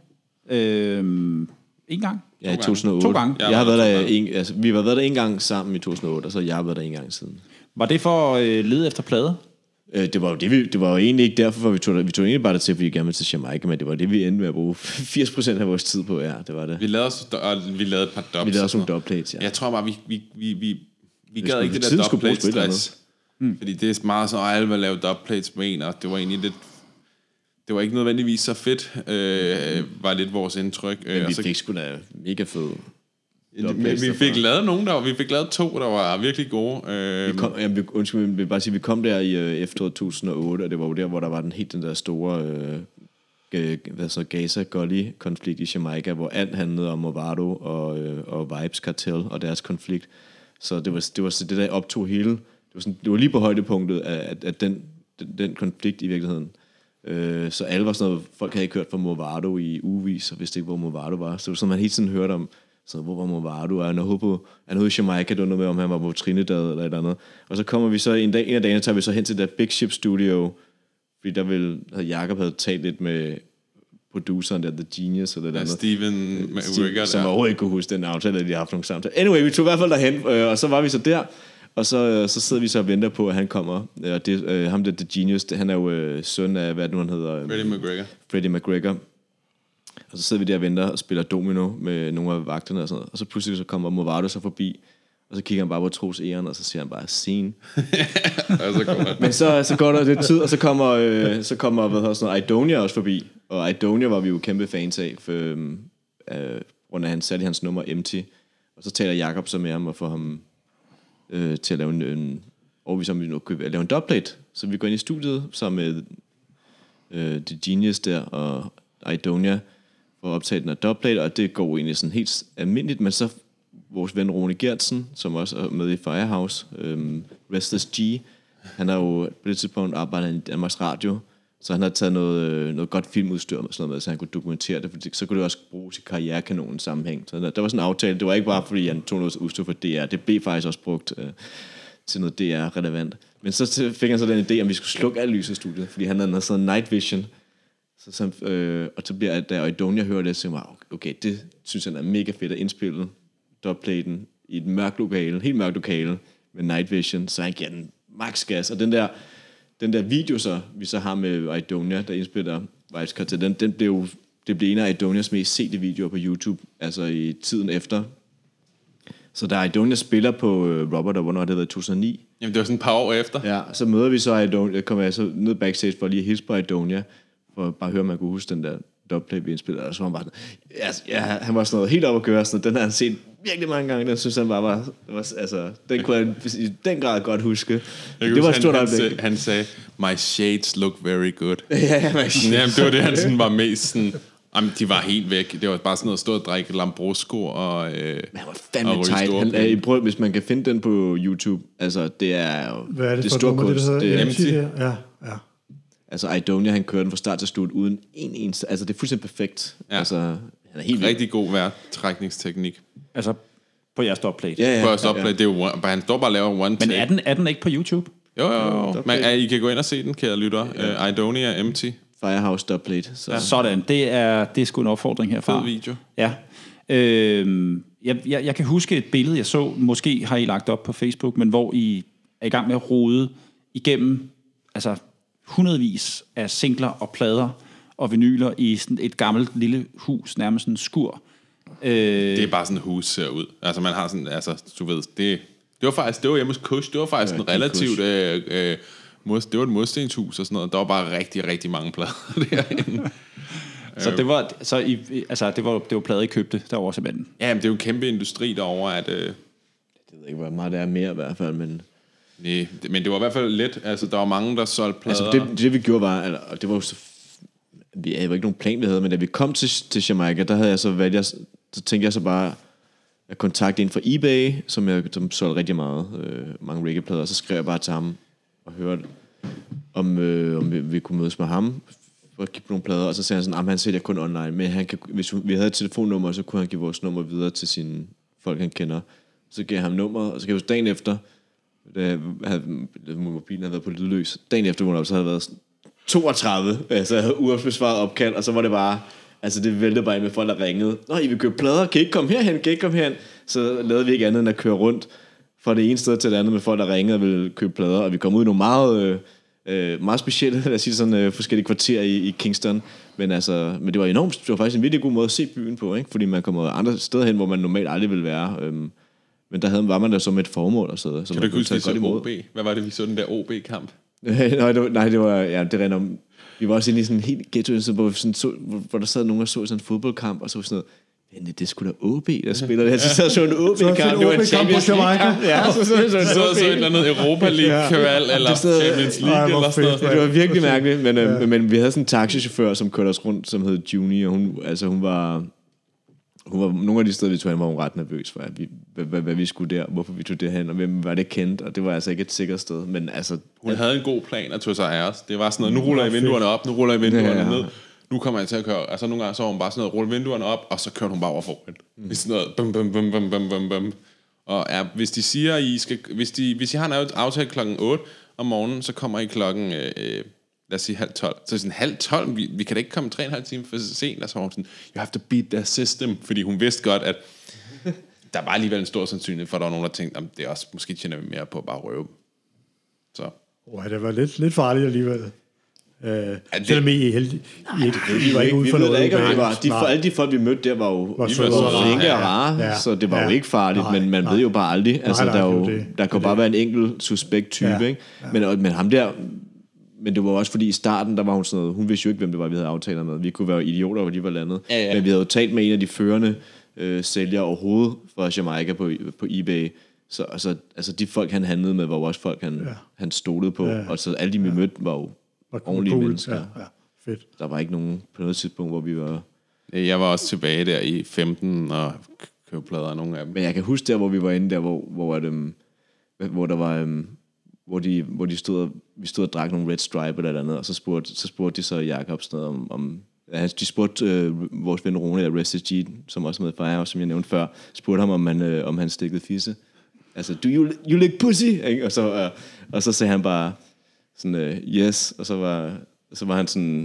en gang? Ja, i 2008. 2 gange. Jeg har været der vi har været der en gang sammen i 2008, og så jeg har været der en gang siden. Var det for at lede efter plader? Det var jo egentlig ikke derfor, vi tog egentlig bare det til, fordi vi gerne ville til Jamaica, men det var det, vi endte med at bruge 80% af vores tid på. Ja, det var det. Vi lavede et par dubs. Vi lavede også nogle dubplates, ja. Jeg tror bare, vi gad ikke det der dubplate-stress. Fordi det er meget så, at alle vil lave dubplates med en, og det var egentlig lidt... Det var ikke nødvendigvis så fedt, var lidt vores indtryk. Men vi fik sgu da mega fed. Men vi fik lavet nogle, vi fik lavet 2, der var virkelig gode. Vi vil bare sige, vi kom der i efteråret 2008, og det var jo der, hvor der var den der store Gaza-Gully-konflikt i Jamaica, hvor alt handlede om Movado og Vibes Cartel og deres konflikt. Så det var det der optog hele. Det var lige på højdepunktet af den konflikt i virkeligheden. Så alle var sådan noget, folk havde ikke hørt fra Movado i ugevis, og vidste ikke, hvor Movado var. Så det var sådan, man hele tiden hørte om, så hvor var Movado? Og han havde i Jamaica, det var noget med, om han var på Trinidad eller et andet. Og så kommer vi så en af dagene, tager vi så hen til det Big Ship Studio, fordi Jacob havde talt lidt med produceren der, The Genius eller det andet. Steven McGregor, som overhovedet ikke kunne huske den aftale, at de har haft nogle samtaler. Anyway, vi tog i hvert fald derhen, og så var vi så der, og så sidder vi så og venter på, at han kommer. Og det, ham der, The Genius, han er jo søn af, hvad det nu han hedder? Freddie McGregor. Og så sidder vi der og venter og spiller domino med nogle af vagterne og sådan noget. Og så pludselig så kommer Movado så forbi, og så kigger han bare på Troels Ehren, og så siger han bare, scene. Men så går der lidt tid, og så kommer hvad hedder sådan noget, Idonia også forbi. Og Idonia var vi jo kæmpe fans af, for grund af han satte hans nummer Empty. Og så taler Jacob så med ham og får ham til at lave en overvise om vi nu kan lave en dubplate. Så vi går ind i studiet sammen med The Genius der og Idonia for at optage den af dubplate, og det går egentlig sådan helt almindeligt, men så vores ven Rune Gertsen, som også er med i Firehouse, Restless G, han har jo på det tidspunkt arbejdet i Danmarks Radio, så han har taget noget godt filmudstyr og sådan noget med, så han kunne dokumentere det, for så kunne det også bruges i karrierekanonens sammenhæng. Så der var sådan en aftale, det var ikke bare fordi han tog noget udstyr for DR, det blev faktisk også brugt til noget DR-relevant. Men så fik han så den idé, om vi skulle slukke alt lys i studiet, fordi han havde sådan night vision. Og så bliver da Idonia hører det, så siger jeg, okay, det synes jeg er mega fedt at indspille dubplaten i et mørkt lokale, helt mørkt lokale med night vision, så han giver den max gas. Og den der video så, vi så har med Idonia, der indspiller Vibes Cartel, det blev en af Idonias mest sete videoer på YouTube, altså i tiden efter. Så da Idonia spiller på Robert, og hvornår det var i 2009. Jamen det var sådan et par år efter. Ja, så møder vi så Idonia, kommer jeg så ned backstage for lige at hilse på Idonia, for at bare høre, om man kunne huske den der dubplate, vi indspillede, og så var han bare han var sådan noget helt op at køre, sådan, den har han set virkelig mange gange, den synes han bare var altså, den kunne han i den grad godt huske. Det var et stort øjeblik. Han sagde, my shades look very good. Ja, my shades. Jamen, det var det, han sådan var mest sådan, jamen, de var helt væk. Det var bare sådan noget stort at drikke Lambrusco og han var fandme tight. Hvis man kan finde den på YouTube, altså, det er jo hvad er det det for store kunst. Det er empty. Ja. Altså Idonia, han kører den fra start til slut uden en eneste, altså det er fuldstændig perfekt. Ja. Altså han er helt rigtig god vejrtrækningsteknik. Altså på jeres dubplate. På jeres dubplate, det er jo, han står bare og laver one take. Men er den ikke på YouTube? Jo. Men I kan gå ind og se den, kære lytter. Idonia Empty. Firehouse dubplate. Sådan, det er sgu en opfordring herfra. Fed video. Ja. Jeg kan huske et billede, jeg så, måske har I lagt op på Facebook, men hvor I er i gang med at rode igennem, altså hundredvis af singler og plader og vinyler i sådan et gammelt lille hus, nærmest sådan en skur. Det er bare sådan et hus ser ud. Altså man har sådan, altså du ved, det var hjemme hos Kush, det var faktisk en relativt, det var et murstenshus og sådan noget. Der var bare rigtig, rigtig mange plader derinde. Så det var plader I købte derovre simpelthen. Ja, men det er jo en kæmpe industri derovre, at det ved ikke, hvor meget det er mere i hvert fald, men nej, men det var i hvert fald let. Altså, der var mange, der solgte plader. Altså, det vi gjorde var, og det var jo så, vi havde ikke nogen plan, vi havde, men da vi kom til Jamaica, der havde jeg så valgt, så tænkte jeg så bare at kontakte en fra eBay, som solgte rigtig mange reggae-plader, og så skrev jeg bare til ham og hørte, om vi kunne mødes med ham for at give nogle plader, og så sagde han sådan, han sælger kun online, men hvis vi havde et telefonnummer, så kunne han give vores nummer videre til sine folk, han kender. Så gav jeg ham nummeret, og så gav jeg dagen efter, mobilen havde været på lydløs. Dagen efter vågnede op, så havde det været 32, altså jeg havde uopbesvaret opkald, og så var det bare, altså det væltede bare ind med folk, der ringede. Nå, I vil købe plader, kan I ikke komme herhen? Så lavede vi ikke andet end at køre rundt fra det ene sted til det andet med folk, der ringede og ville købe plader, og vi kom ud i nogle meget specielle, lad os sige sådan, forskellige kvarterer i Kingston, men det var enormt, det var faktisk en virkelig god måde at se byen på, ikke? Fordi man kommer andre steder hen, hvor man normalt aldrig ville være. Men der var man der som et formål og så. Kan du ikke huske, godt imod OB? Hvad var det, vi så den der OB-kamp? Nej, det var... Ja, det render om... Vi var også inde i sådan en helt ghetto, hvor der sad nogen og så sådan en fodboldkamp, og så sådan noget... Det er sgu da OB, der spiller det her. Så så en OB-kamp. Det var en Champions League-kamp. Ja, så et eller andet Europa League-kval, eller Champions League, eller sådan noget. Det var virkelig mærkeligt, men vi havde sådan en taxichauffør, som kørte os rundt, som hed Juni, og hun var nogle af de steder, vi tog hen, var hun ret nervøs for, hvad vi skulle der, hvorfor vi tog det hen, og hvem var det kendt, og det var altså ikke et sikkert sted, men altså... Hun havde en god plan og tog sig af os. Det var sådan noget, nu ruller I vinduerne op, nu ruller I vinduerne ned. Nu kommer jeg til at køre, altså nogle gange så var hun bare sådan noget, rulle vinduerne op, og så kørte hun bare over foran. Sådan noget, bum, bum, bum, bum, bum, bum, bum. Og hvis de siger, hvis I har en aftale klokken 8 om morgenen, så kommer I klokken, lad os sige 11:30. Så sådan 11:30, vi kan da ikke komme 3,5 timer for sent. Og så var hun sådan, you have to beat their system, fordi hun vidste godt, at der var alligevel en stor sandsynlighed for, at der var nogen, der tænkte, det er også, måske tjener vi mere på at bare røve. Så. Det var lidt farligt alligevel. Selvom I er heldige. I var ikke ude for noget. Alle de folk, vi mødte der, var jo flinke og rare, så det var jo ikke farligt, men man ved jo bare aldrig. Altså, der kan bare være en enkelt suspekt type, ikke? Men ham der... Men det var også fordi i starten, der var hun sådan noget... Hun vidste jo ikke, hvem det var, vi havde aftaler med. Vi kunne være idioter, hvor de var landet. Ja. Men vi havde jo talt med en af de førende sælgere overhovedet fra Jamaica på eBay. Så altså de folk, han handlede med, var jo også folk, han stolede på. Og så alle de, vi mødte, var jo ordentlige mennesker. Ja, fedt. Der var ikke nogen på noget tidspunkt, hvor vi var... Jeg var også tilbage der i 15 og købte plader af nogle af dem. Men jeg kan huske der, hvor vi var inde der, hvor der var... Hvor de stod og drak nogle Red Stripe eller andet, og så spurgte de så Jakob sådan noget om de spurgte vores ven Rune, eller Rest G, som også med Firehouse, som jeg nævnte før, spurgte ham, om han stikkede fisse. Altså, do you lick pussy? Og så sagde han bare sådan, yes, og så var han sådan,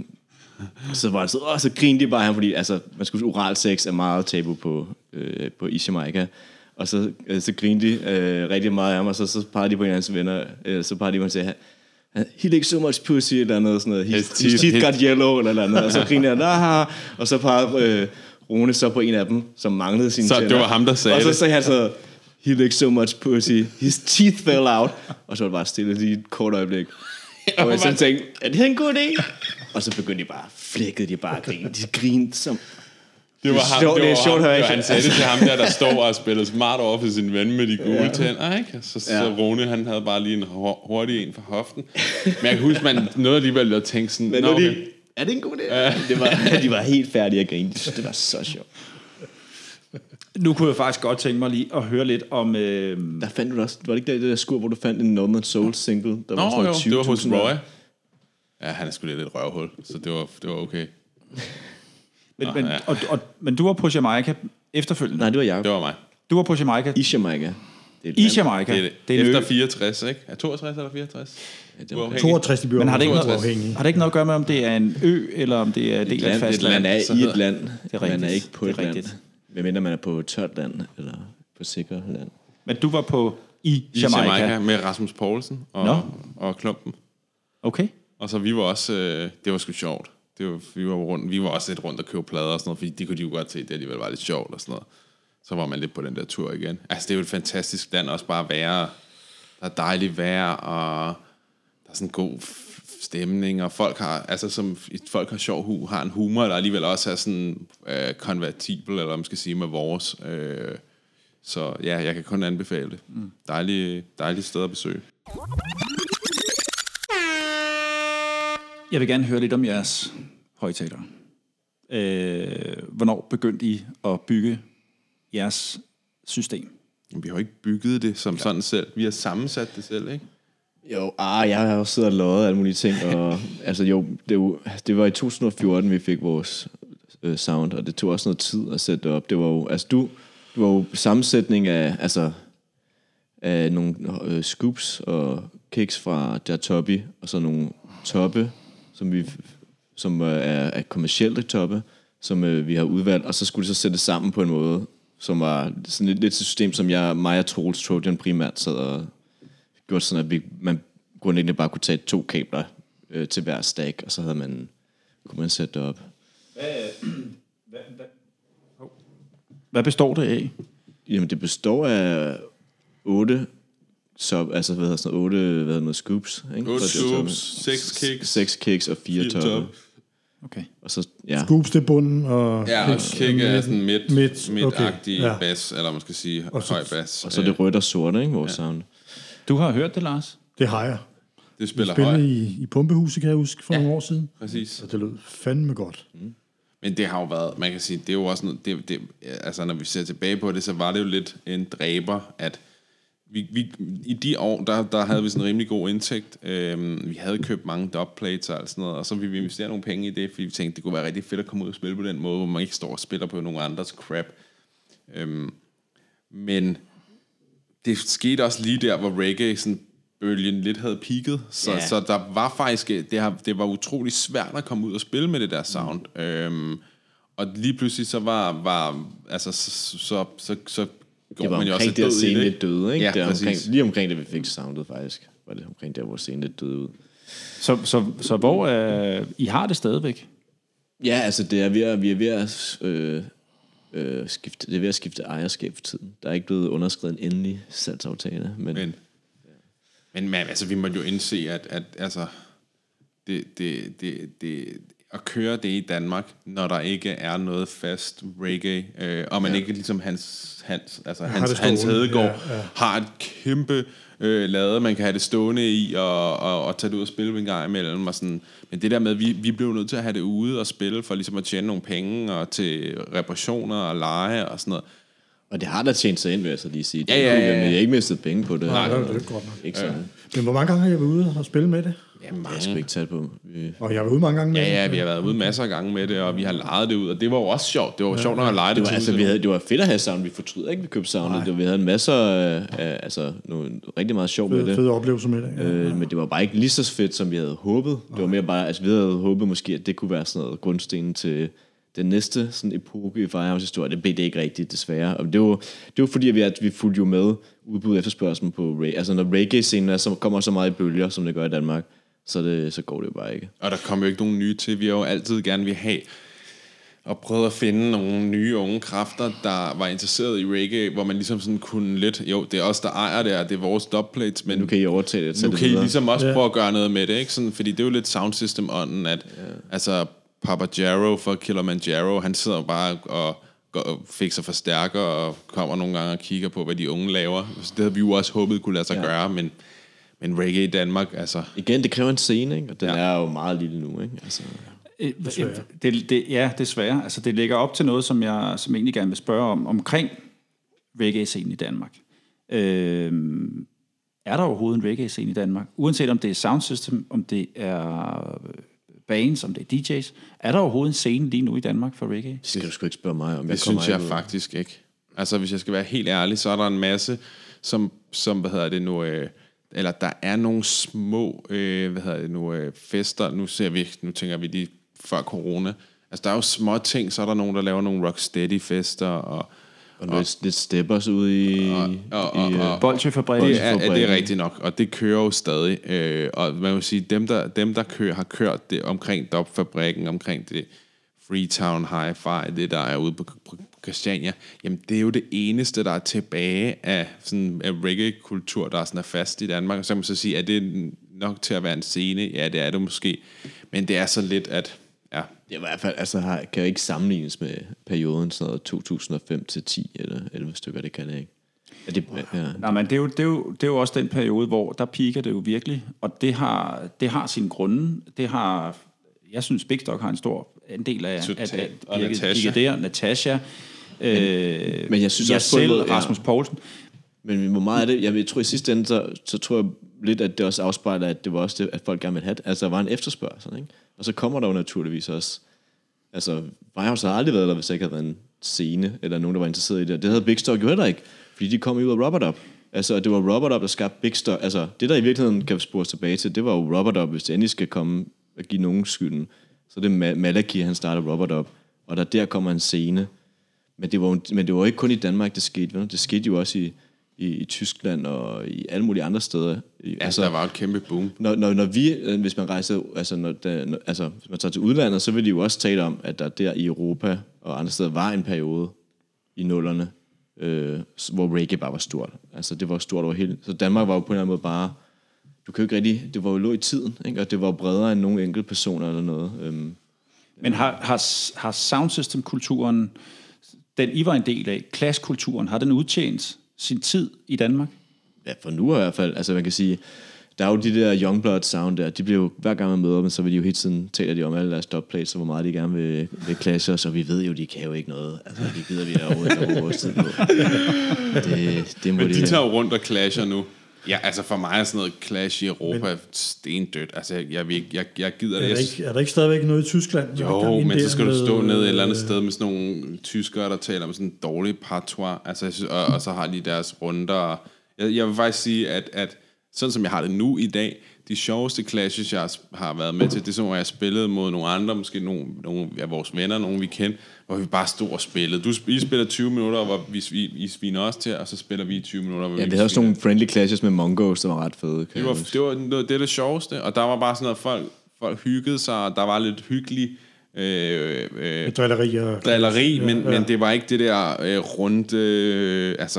så grinede de bare ham, fordi altså, man skulle oral sex er meget tabu på Jamaica. Og så grinede de rigtig meget af ham, og så pegede de på en af hans venner, så pegede de på en og sagde, he licks so much pussy, eller noget sådan noget, his teeth got yellow, eller andet, og så grinede han, og så pegede Rune så på en af dem, som manglede sine tænder. Så det var ham, der sagde det. Og så sagde han så, he licks so much pussy, his teeth fell out, og så var det bare stille lige et kort øjeblik. Og jeg så tænkte, er det en god idé? Og så begyndte de bare at grine. De grinede som... Det var sjovt, han sagde det til ham der står og spillede smart over for sin ven med de gule tænder, ikke? Så Rune, han havde bare lige en hurtig en for hoften. Men jeg kan huske, man nåede alligevel at tænke sådan... Men er det en god idé? De var helt færdige at grine. Det var så sjovt. Nu kunne jeg faktisk godt tænke mig lige at høre lidt om... Der fandt du også... Var det ikke det der skur, hvor du fandt en Northern Soul single? Der var jo, det var hos Roy. Ja, han er sgu lidt et røvhul, så det var okay. Men du var på Jamaica efterfølgende? Nej, det var jeg. Det var mig. Du var på Jamaica? I Jamaica. I Jamaica? Det er efter 64, ikke? Er 62 eller 64? Ja, 62, de bliver. Men har det ikke noget at gøre med, om det er en ø, eller om det er del af fastland? Man er i et land. Det er rigtigt. Man er ikke på et land. Medmindre man er på tørt land, eller på sikker land. Men du var på i Jamaica med Rasmus Poulsen og Klumpen. Okay. Og så vi var også, det var sgu sjovt. Vi var også lidt rundt og købe plader og sådan noget, fordi det kunne de jo godt se, det alligevel var lidt sjovt og sådan noget. Så var man lidt på den der tur igen. Altså det er jo et fantastisk land også bare at være. Der er dejligt vejr, og der er sådan en god stemning, og folk har sjov har en humor, der alligevel også er sådan konvertibel, eller man skal sige med vores. Så ja, jeg kan kun anbefale det. Dejligt sted at besøge. Jeg vil gerne høre lidt om jeres højtalere. Hvornår begyndte I at bygge jeres system? Vi har ikke bygget det som sådan selv. Vi har sammensat det selv, ikke? Jo, jeg har også siddet og løjet alle mulige ting. Og, altså jo, det var i 2014, vi fik vores sound, og det tog også noget tid at sætte det op. Det var jo, altså du var jo sammensætning af nogle scoops og kicks fra Jatobi, og så nogle toppe, som er kommercielle toppe, som vi har udvalgt, og så skulle det så sættes sammen på en måde, som var sådan lidt et system, som mig og Troels Trojan primært sad og gjorde sådan, at man grundlæggende bare kunne tage 2 kabler til hver stack, og så kunne man sætte det op. Hvad består det af? Jamen, det består af 8 scoops, ikke? 8 scoops, 6 kicks. 6 kicks og 4 toppe. Okay. Og så, ja. Scoops til bunden, og... Ja, og kick er sådan midt-agtig okay. bas, eller man skal sige høj bas. Og så er det rødt og sort, ikke? Vores sound. Du har hørt det, Lars? Det har jeg. Det spiller højt. højt. I Pumpehuset, kan jeg huske, for nogle år siden. Præcis. Og det lød fandme godt. Men det har jo været, man kan sige, det er jo også noget, altså når vi ser tilbage på det, så var det jo lidt en dræber, at vi i de år, der havde vi sådan en rimelig god indtægt. Vi havde købt mange dubplates og alt sådan noget, og så ville vi investere nogle penge i det, fordi vi tænkte, det kunne være rigtig fedt at komme ud og spille på den måde, hvor man ikke står og spiller på nogle andres crap. Men det skete også lige der, hvor reggae sådan bølgen lidt havde peaked, så der var faktisk, det var utrolig svært at komme ud og spille med det der sound. Og lige pludselig så var altså så det var man jo omkring også der død scene i det. lidt døde, ikke? Ja, Der præcis. lige omkring det, vi fik soundet faktisk, var det omkring der, hvor scene lidt døde ud. Så hvor I har det stadigvæk? Ja, altså vi er ved at skifte, det er ved at skifte ejerskab for tiden. Der er ikke blevet underskrevet en endelig salgsaftale, men altså vi må jo indse, at altså det at køre det i Danmark, når der ikke er noget fast reggae, og man ikke ligesom Hans Hedegaard har et kæmpe lade, man kan have det stående i og tage det ud og spille en gang imellem og sådan. Men det der med, vi blev nødt til at have det ude og spille for ligesom at tjene nogle penge og til reparationer og leje og sådan noget. og det har da tjent sig ind, vil jeg så lige sige. Ja. Men jeg har ikke mistet penge på det. Nej, det er godt nok. Ikke sådan. Men hvor mange gange har jeg været ude og spille med det? Jamen, jeg skal ikke tage på. Og jeg har været ude mange gange med det. Ja, vi har været ude masser af gange med det, og vi har lejet det ud, og det var jo også sjovt. Det var sjovt nok at lege det Det var, til. altså, det var fedt at have sound. Vi fortryder ikke, vi købte soundet. Vi havde en masse rigtig meget sjov med det. Fede oplevelser med det. Ja. Men det var bare ikke lige så fedt, som vi havde håbet. Det var mere bare, altså vi havde håbet måske, at det kunne være sådan noget grundstenen til den næste sådan epoke i Firehouse-historie. Det blev det ikke rigtigt, desværre. Og det var fordi, vi fulgte jo med udbud efterspørgselen på reggae. Altså når reggae-scenen så kommer så meget i bølger, som det gør i Danmark, så går det jo bare ikke. Og der kommer jo ikke nogen nye til. Vi har jo altid gerne vil have og prøvet at finde nogle nye unge kræfter, der var interesseret i reggae, hvor man ligesom sådan kunne lidt, jo, det er os, der ejer det, og det er vores dubplates, men Nu kan I overtage det. nu kan I ligesom også prøve at gøre noget med det, ikke? Sådan, fordi det er jo lidt sound system-ånden, at altså Papa Jarrow fra Kilimanjaro, han sidder bare og fikser forstærker og kommer nogle gange og kigger på, hvad de unge laver. Så det havde vi jo også håbet kunne lade sig gøre, men reggae i Danmark, altså... Igen, det kræver en scene, ikke? Og den er jo meget lille nu, ikke? Altså... Desværre. Altså, det ligger op til noget, som jeg egentlig gerne vil spørge omkring reggae-scenen i Danmark. Er der overhovedet en reggae-scene i Danmark? Uanset om det er sound system, om det er bands, om det er DJ's. Er der overhovedet en scene lige nu i Danmark for reggae? Det skal du sgu ikke spørge mig om. Det synes jeg faktisk ikke. Altså, hvis jeg skal være helt ærlig, så er der en masse, som eller der er nogle små, fester. Nu tænker vi lige før corona. Altså, der er jo små ting, så er der nogen, der laver nogle Rocksteady-fester, og noget lidt steppers ude i Bolsjefabrikken. det er rigtigt nok, og det kører jo stadig. Og man vil sige, dem der har kørt det omkring Dubfabrikken, omkring det Freetown Hi-Fi, det der er ude på Christiania, jamen det er jo det eneste, der er tilbage af sådan en reggae-kultur, der er fast i Danmark. Og så kan man så sige, er det nok til at være en scene? Ja, det er det måske. Men det er så lidt, at ja. Det er i hvert fald, altså kan jo ikke sammenlignes med perioden sådan noget 2005 til 10 eller 11 stykker, det kan det ikke. Nej, men det er jo også den periode, hvor der piker det jo virkelig, og det har sine grunde. Jeg synes, Big Stock har en stor andel af og Natasha. Men jeg synes også selv, Rasmus Poulsen. Men hvor meget af det, jeg tror i sidste ende, så tror jeg lidt, at det også afspejler, at det var også det, at folk gerne ville have det. Altså, der var en efterspørgsel, ikke? Og så kommer der jo naturligvis også, altså, Firehouse har aldrig været der, hvis der ikke havde været en scene, eller nogen, der var interesseret i det. Det havde Big Stock jo heller ikke, fordi de kom ud af Rubber Dub. Altså, det var Rubber Dub, der skabte Big Stock. Altså, det der i virkeligheden kan spores tilbage til, det var jo Rubber Dub, hvis det endelig skal komme og give nogen skylden. Så det er Malachi, han starter Rubber Dub, og der kommer en scene. Men det var ikke kun i Danmark, det skete, vel? Det skete jo også i Tyskland og i alle mulige andre steder. Altså, der var et kæmpe boom. Når vi, hvis man rejser, hvis man tager til udlandet, så vil de jo også tale om, at der i Europa og andre steder var en periode i nullerne, hvor reggae bare var stort. Altså det var stort over hele. Så Danmark var jo på en eller anden måde bare, du kan jo ikke rigtig, det var jo lå i tiden, ikke? Og det var bredere end nogle enkelte personer eller noget. Men har soundsystem-kulturen, den I var en del af, Clash-kulturen, har den udtjent sin tid i Danmark? Ja, for nu i hvert fald. Altså man kan sige, der er jo de der Youngblood sound der, de bliver jo, hver gang man møder dem, så vil de jo hele tiden tale om alle deres dubplates, og hvor meget de gerne vil clashe os, og vi ved jo, de kan jo ikke noget. Altså det gider vi da overhovedet ikke over vores tid på. Det må men de det tager jo rundt og clasher nu. Ja, altså for mig er sådan noget clash i Europa stendødt. Altså jeg gider det. Er der ikke stadigvæk noget i Tyskland? Jo, men så skal du stå nede et eller andet sted med sådan nogle tyskere, der taler med sådan en dårlig patois. Altså, jeg synes, og så har de deres runder. Jeg vil faktisk sige, at sådan som jeg har det nu i dag, de sjoveste clashes, jeg har været med til, det er sådan, hvor jeg spillede mod nogle andre, måske nogle af vores venner, nogle vi kendte, hvor vi bare stod og spillede. I spiller 20 minutter, hvor I sviner os til, og så spiller vi 20 minutter. Ja, vi havde også nogle friendly clashes med Mongos, der var ret fede. Det er det sjoveste, og der var bare sådan noget, folk hyggede sig, og der var lidt hyggeligt drilleri, men det var ikke det der runde, altså,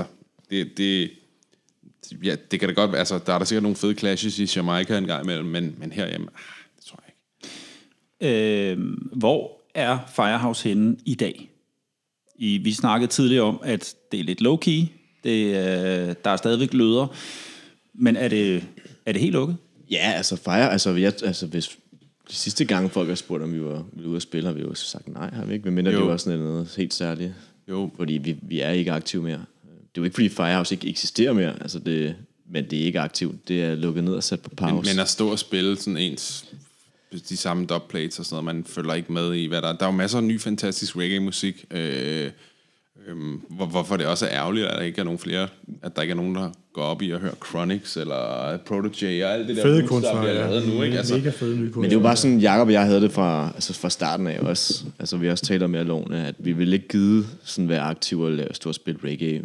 ja, det kan da godt være, altså, der er der sikkert nogle fede clashes i Jamaica en gang imellem, men herhjemme, det tror jeg ikke. Hvor er Firehouse henne i dag? Vi snakkede tidligere om, at det er lidt low-key, der er stadigvæk gløder, men er det helt lukket? Ja, hvis de sidste gange folk har spurgt, om vi var ude at spille, har vi jo sagt nej, har vi ikke? Men mindre det var sådan noget helt særligt. Jo. Fordi vi er ikke aktive mere. Det er jo ikke, fordi Firehouse ikke eksisterer mere, altså men det er ikke aktivt. Det er lukket ned og sat på pause. Men at stå og spille sådan de samme dubplates og sådan noget, man følger ikke med i, hvad der er jo masser af ny, fantastisk reggae-musik. Hvorfor det også er ærgerligt, at der ikke er nogen flere, at der ikke er nogen, der går op i at høre Chronix eller Protégé og alt det der fede kunstner, vi har lavet nu, ikke? Altså, mega fede nye kunstner. Men det er jo bare sådan, Jacob og jeg havde det fra starten af også. Altså vi har også talt om alene, at vi ville ikke gide sådan være aktive og stå og spille reggae,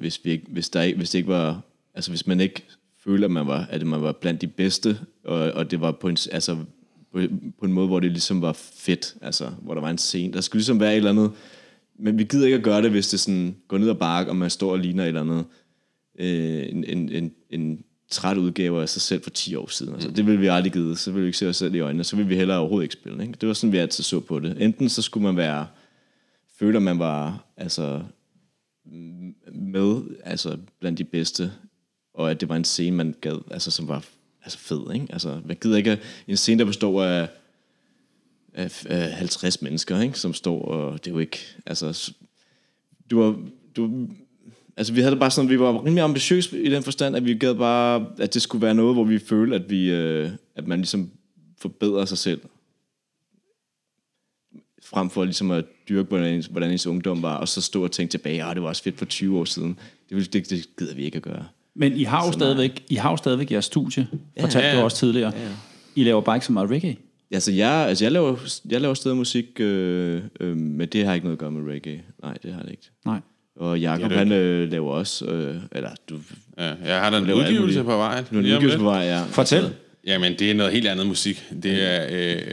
hvis man ikke følte, at man var blandt de bedste, og det var på en måde, hvor det ligesom var fedt, altså hvor der var en scene. Der skulle ligesom være et eller andet. Men vi gider ikke at gøre det, hvis det sådan går ned ad bakke, og man står og ligner et eller andet en træt udgave af sig selv for 10 år siden. Altså, det ville vi aldrig gide. Så ville vi ikke se os selv i øjnene. Så ville vi hellere overhovedet ikke spille. Ikke? Det var sådan, vi altid så på det. Enten så skulle man føle, at man var med blandt de bedste, og at det var en scene, man gad, altså, som var fed. Ikke? Altså, man gider ikke en scene, der består af 50 mennesker, ikke? Som står, og det er jo ikke, altså, vi havde det bare sådan, vi var rimelig ambitiøse i den forstand, at vi gad bare, at det skulle være noget, hvor vi følte, at man ligesom forbedrer sig selv, frem for ligesom at dyrke, hvordan ens ungdom var, og så stå og tænke tilbage, det var også fedt for 20 år siden. Det gider vi ikke at gøre. Men I har jo stadigvæk jeres studie, fortalte du også tidligere. Ja. I laver bare ikke så meget reggae. Altså, jeg laver stadig musik, men det har ikke noget at gøre med reggae. Nej, det har det ikke. Nej. Og Jacob, han laver også, jeg har da en udgivelse på vej. En udgivelse på vej, ja. Fortæl. Jamen, det er noget helt andet musik. Det er,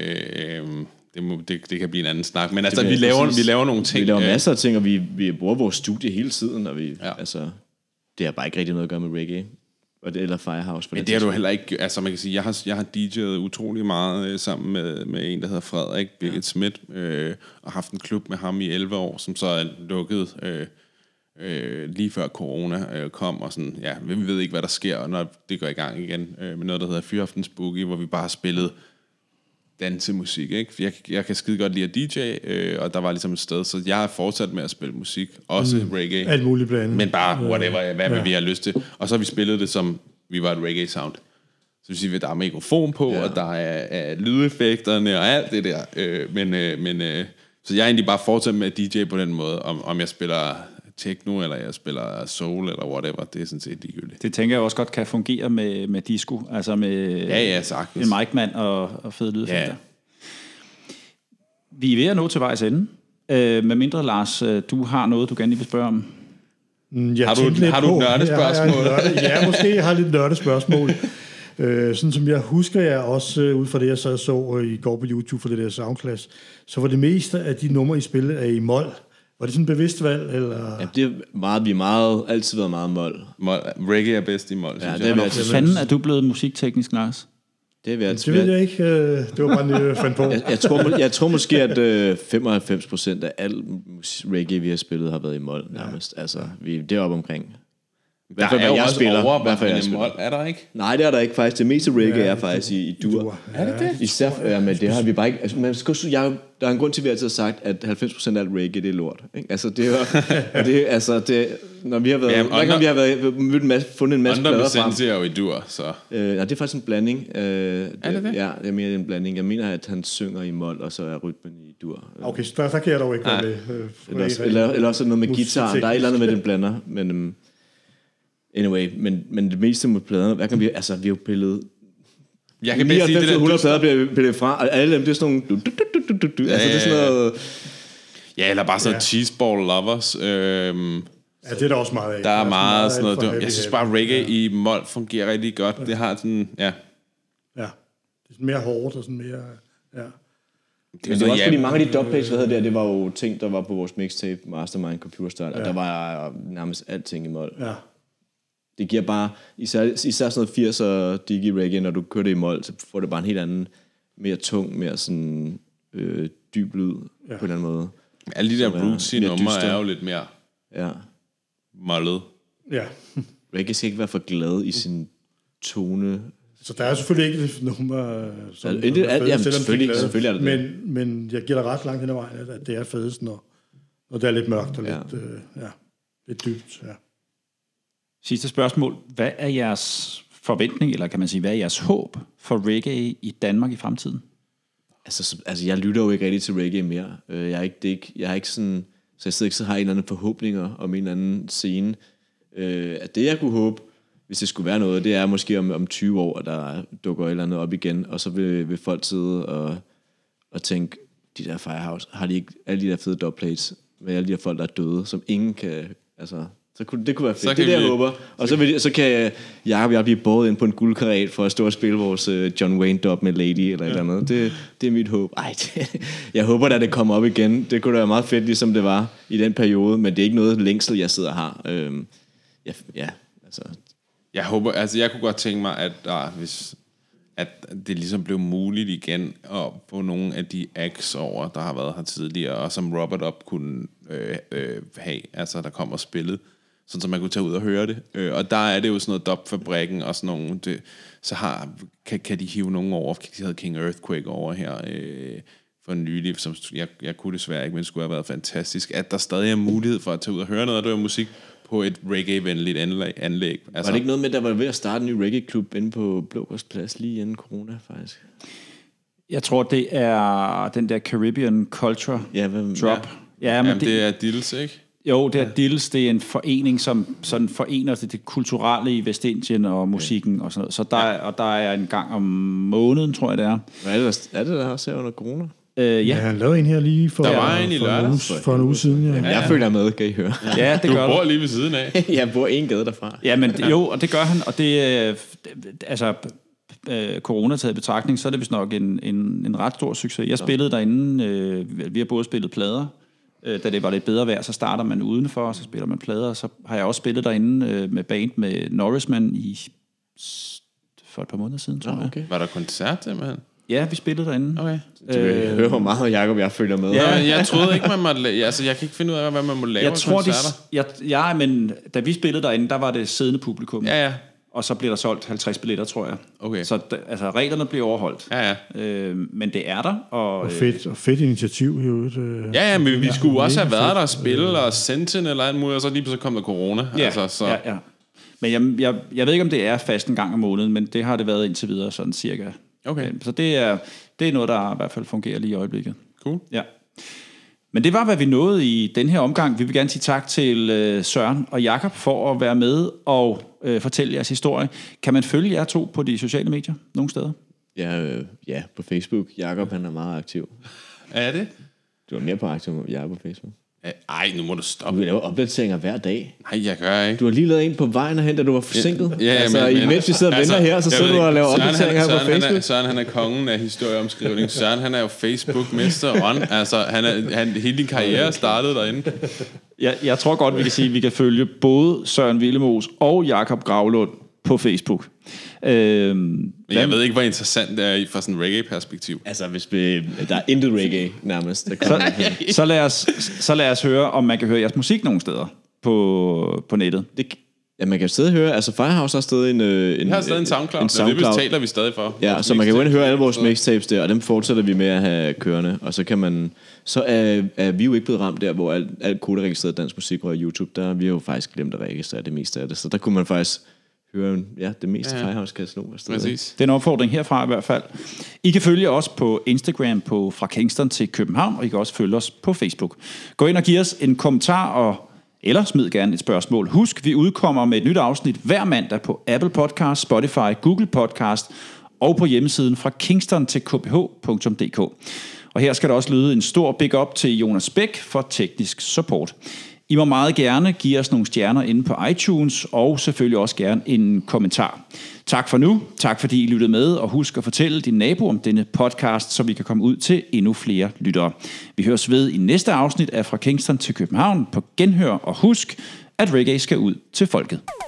det kan blive en anden snak. Men altså, vi laver nogle ting. Vi laver masser af ting, og vi bruger vores studie hele tiden, og det har bare ikke rigtig noget at gøre med reggae. Eller Firehouse. Men det er du heller ikke. Altså man kan sige, jeg har DJ'et utrolig meget sammen med en, der hedder Frederik Birgit Schmidt, og haft en klub med ham i 11 år, som så er lukket lige før corona kom, og sådan, ja, vi ved ikke, hvad der sker, når det går i gang igen, med noget, der hedder Fyraftens Boogie, hvor vi bare har spillet dansemusik, ikke? Jeg kan skide godt lide at DJ, og der var ligesom et sted, så jeg har fortsat med at spille musik, også reggae. Alt muligt blandt. Men bare whatever, hvad vi har lyst til. Og så har vi spillet det, som vi var et reggae sound. Så vil sige, at der er mikrofon på, og der er lydeffekterne og alt det der. Så jeg er egentlig bare fortsat med at DJ på den måde, om jeg spiller techno, eller jeg spiller soul, eller whatever, det er sådan set ligegyldigt. Det tænker jeg også godt kan fungere med disco, altså med sagtens. En micmand og fede lydeffekter. Ja. Vi er ved at nå til vejs ende. Med mindre, Lars, du har noget, du gerne vil spørge om. Har du et nørdespørgsmål? Ja, måske jeg har lidt nørdespørgsmål. Sådan som jeg husker jeg også ud fra det, jeg så i går på YouTube for det der soundclass, så var det meste af de numre, I spillede, er i mol. Var det sådan et bevidst valg, eller? Ja, det er meget, vi er altid været meget mål. Reggae er bedst i mål, Ja, synes det er jeg. vi Hvor altid. fanden er du blevet musikteknisk, Lars? Det er vi altid. Det ved jeg ikke. Det var bare det, jeg fandt på. Jeg tror måske, at 95% af al reggae, vi har spillet, har været i mål nærmest. Altså, det er oppe omkring. Der er jo også overvejende i mål, er der ikke? Nej, det er der ikke faktisk. Det meste reggae er faktisk i dur. Er det det? Især, ja, men det har vi bare ikke. Altså, der er en grund til, at vi altid har sagt, at 90% af alt reggae, det er lort. Ikke? Altså, det er når vi har været, fundet en masse plader frem. Under er jo i dur, så... Nej, det er faktisk en blanding. Er det det? Ja, det er mere en blanding. Jeg mener, at han synger i mol, og så er rytmen i dur. Okay, så der kan jeg dog ikke være med. Eller også noget med guitar. Der er et eller andet med den blander. Men anyway, men det meste med pladerne, hvad kan vi... Altså, vi har jo pillet... Jeg kan bedst sige det der... 100 plader bliver pillet fra, og alle dem, det er sådan nogle... Altså, det er sådan noget... Ja, eller bare sådan noget cheeseball lovers. Ja, det er der også meget af. Der er meget sådan noget... Jeg synes bare, reggae i mol fungerer rigtig godt. Det har sådan... Ja. Ja, det er sådan mere hårdt og sådan mere... Ja. Det var også fordi mange af de dubplates, det var jo ting, der var på vores mixtape, Mastermind Computer Style, og der var nærmest alting i mol. Ja. Det giver bare, især sådan noget 80'er digi reggae, når du kører det i mol, så får det bare en helt anden, mere tung, mere sådan dyb lyd på en eller anden måde. Alle de der bluesy-numre er jo lidt mere mollet. Ja. Reggae skal ikke være for glad i sin tone. Så der er selvfølgelig ikke nummer, som selvfølgelig er det men jeg giver dig ret langt hen ad vejen, at det er fedest, når det er lidt mørkt og lidt dybt. Ja. Sidste spørgsmål. Hvad er jeres forventning, eller kan man sige, hvad er jeres håb for reggae i Danmark i fremtiden? Altså jeg lytter jo ikke rigtig til reggae mere. Jeg er ikke sådan, så jeg sidder ikke så har en eller anden forhåbninger om en eller anden scene. At det jeg kunne håbe, hvis det skulle være noget, det er måske om 20 år, at der dukker et eller andet op igen, og så vil folk sidde og tænke, de der Firehouse, har de ikke alle de der fede dubplates med alle de der folk, der er døde, som ingen kan, altså... Det kunne være fedt. Det er det, jeg håber. Og så kan jeg blive båret ind på en guldkaret for at stå og spille vores John Wayne dub med Lady eller et eller andet. Det er mit håb. Jeg håber, at det kommer op igen. Det kunne da være meget fedt, ligesom det var i den periode, men det er ikke noget længsel, jeg sidder og har. Jeg håber, jeg kunne godt tænke mig, at det ligesom blev muligt igen at få nogle af de acts over, der har været her tidligere, og som Robert Up kunne have, altså der kommer spillet, sådan så man kunne tage ud og høre det. Og der er det jo sådan noget Dubfabrikken og sådan nogle, så kan de hive nogen over. De havde King Earthquake over her for nylig, som jeg kunne desværre ikke, men skulle have været fantastisk, at der stadig er mulighed for at tage ud og høre noget af det musik på et reggae-venligt anlæg. Altså, var det ikke noget med, der var ved at starte en ny reggae-klub inde på Blågårdsplads lige inden corona, faktisk? Jeg tror, det er den der Caribbean Culture Drop. Ja, men det er Dills, ikke? Jo, det er Dills. Det er en forening, som sådan forener det kulturelle i Vestindien og musikken og sådan noget. Så der er en gang om måneden, tror jeg, det er. Er det der også her under corona? Ja, han lavede en her lige for, der var en i lørdags. For en uge siden. Ja. Jamen, jeg følger med, kan I høre. Ja, det gør du. Bor lige ved siden af. Jeg bor en gade derfra. Ja, men jo, og det gør han, og det corona taget i betragtning, så er det vist nok en ret stor succes. Jeg spillede derinde, vi har både spillet plader, da det var lidt bedre vejr, så starter man udenfor, og så spiller man plader, og så har jeg også spillet derinde med band med Norrisman for et par måneder siden, tror jeg. Okay. Var der koncert, simpelthen? Ja, vi spillede derinde. Okay. Du hører, hvor meget Jacob jeg følger med. Ja, jeg troede ikke, man måtte jeg kan ikke finde ud af, hvad man må lave koncerter. Men da vi spillede derinde, der var det siddende publikum. Ja. Og så bliver der solgt 50 billetter, tror jeg. Okay. Så reglerne bliver overholdt. Ja. Men det er der. Og fedt initiativ i øvrigt. Ja, men vi skulle også have været der og spille og sendt eller andet muligt, og så lige pludselig kom der corona. Ja. Men jeg ved ikke, om det er fast en gang om måneden, men det har det været indtil videre, sådan cirka. Okay. Så det er noget, der i hvert fald fungerer lige i øjeblikket. Cool. Ja. Men det var, hvad vi nåede i den her omgang. Vi vil gerne sige tak til Søren og Jakob for at være med og fortælle jeres historie. Kan man følge jer to på de sociale medier nogle steder? Ja, på Facebook. Jakob, han er meget aktiv. Er det? Du er mere på aktiv, jeg er på Facebook. Ej, nu må du stoppe. Du laver opdateringer hver dag. Nej, jeg gør ikke. Du har lige lavet en på vejen herhen, da du var forsinket. Ja, altså, imens vi sidder og venter her, så sidder du og laver opdateringer her på Facebook. Søren, han er kongen af historieomskrivning. Søren, han er jo Facebook-mester on. Altså, hele din karriere startede derinde. Jeg tror godt, vi kan sige, at vi kan følge både Søren Willemoes og Jakob Gravlund på Facebook. Men jeg ved ikke, hvor interessant det er fra sådan en reggae-perspektiv. Altså, hvis der er intet reggae nærmest. Så lad os høre, om man kan høre jeres musik nogle steder på nettet. Ja, man kan stadig høre, altså Firehouse har stadig vi har stadig en SoundCloud, og det betaler vi stadig for. Ja, så man kan jo høre alle vores mixtapes der, og dem fortsætter vi med at have kørende. Og så kan man, så er vi jo ikke blevet ramt der, hvor alt koderegistreret dansk musik og YouTube, der vi har jo faktisk glemt at registrere det meste af det. Så der kunne man faktisk høre det meste Firehouse-katalog. Præcis. Det er en opfordring herfra i hvert fald. I kan følge os på Instagram på Fra Kingston til København, og I kan også følge os på Facebook. Gå ind og giv os en kommentar eller smid gerne et spørgsmål. Husk, vi udkommer med et nyt afsnit hver mandag på Apple Podcast, Spotify, Google Podcast og på hjemmesiden fra kingston til kph.dk. Og her skal der også lyde en stor big up til Jonas Bæk for teknisk support. I må meget gerne give os nogle stjerner inde på iTunes, og selvfølgelig også gerne en kommentar. Tak for nu, tak fordi I lyttede med, og husk at fortælle din nabo om denne podcast, så vi kan komme ud til endnu flere lyttere. Vi høres ved i næste afsnit af Fra Kingston til København på genhør, og husk, at reggae skal ud til folket.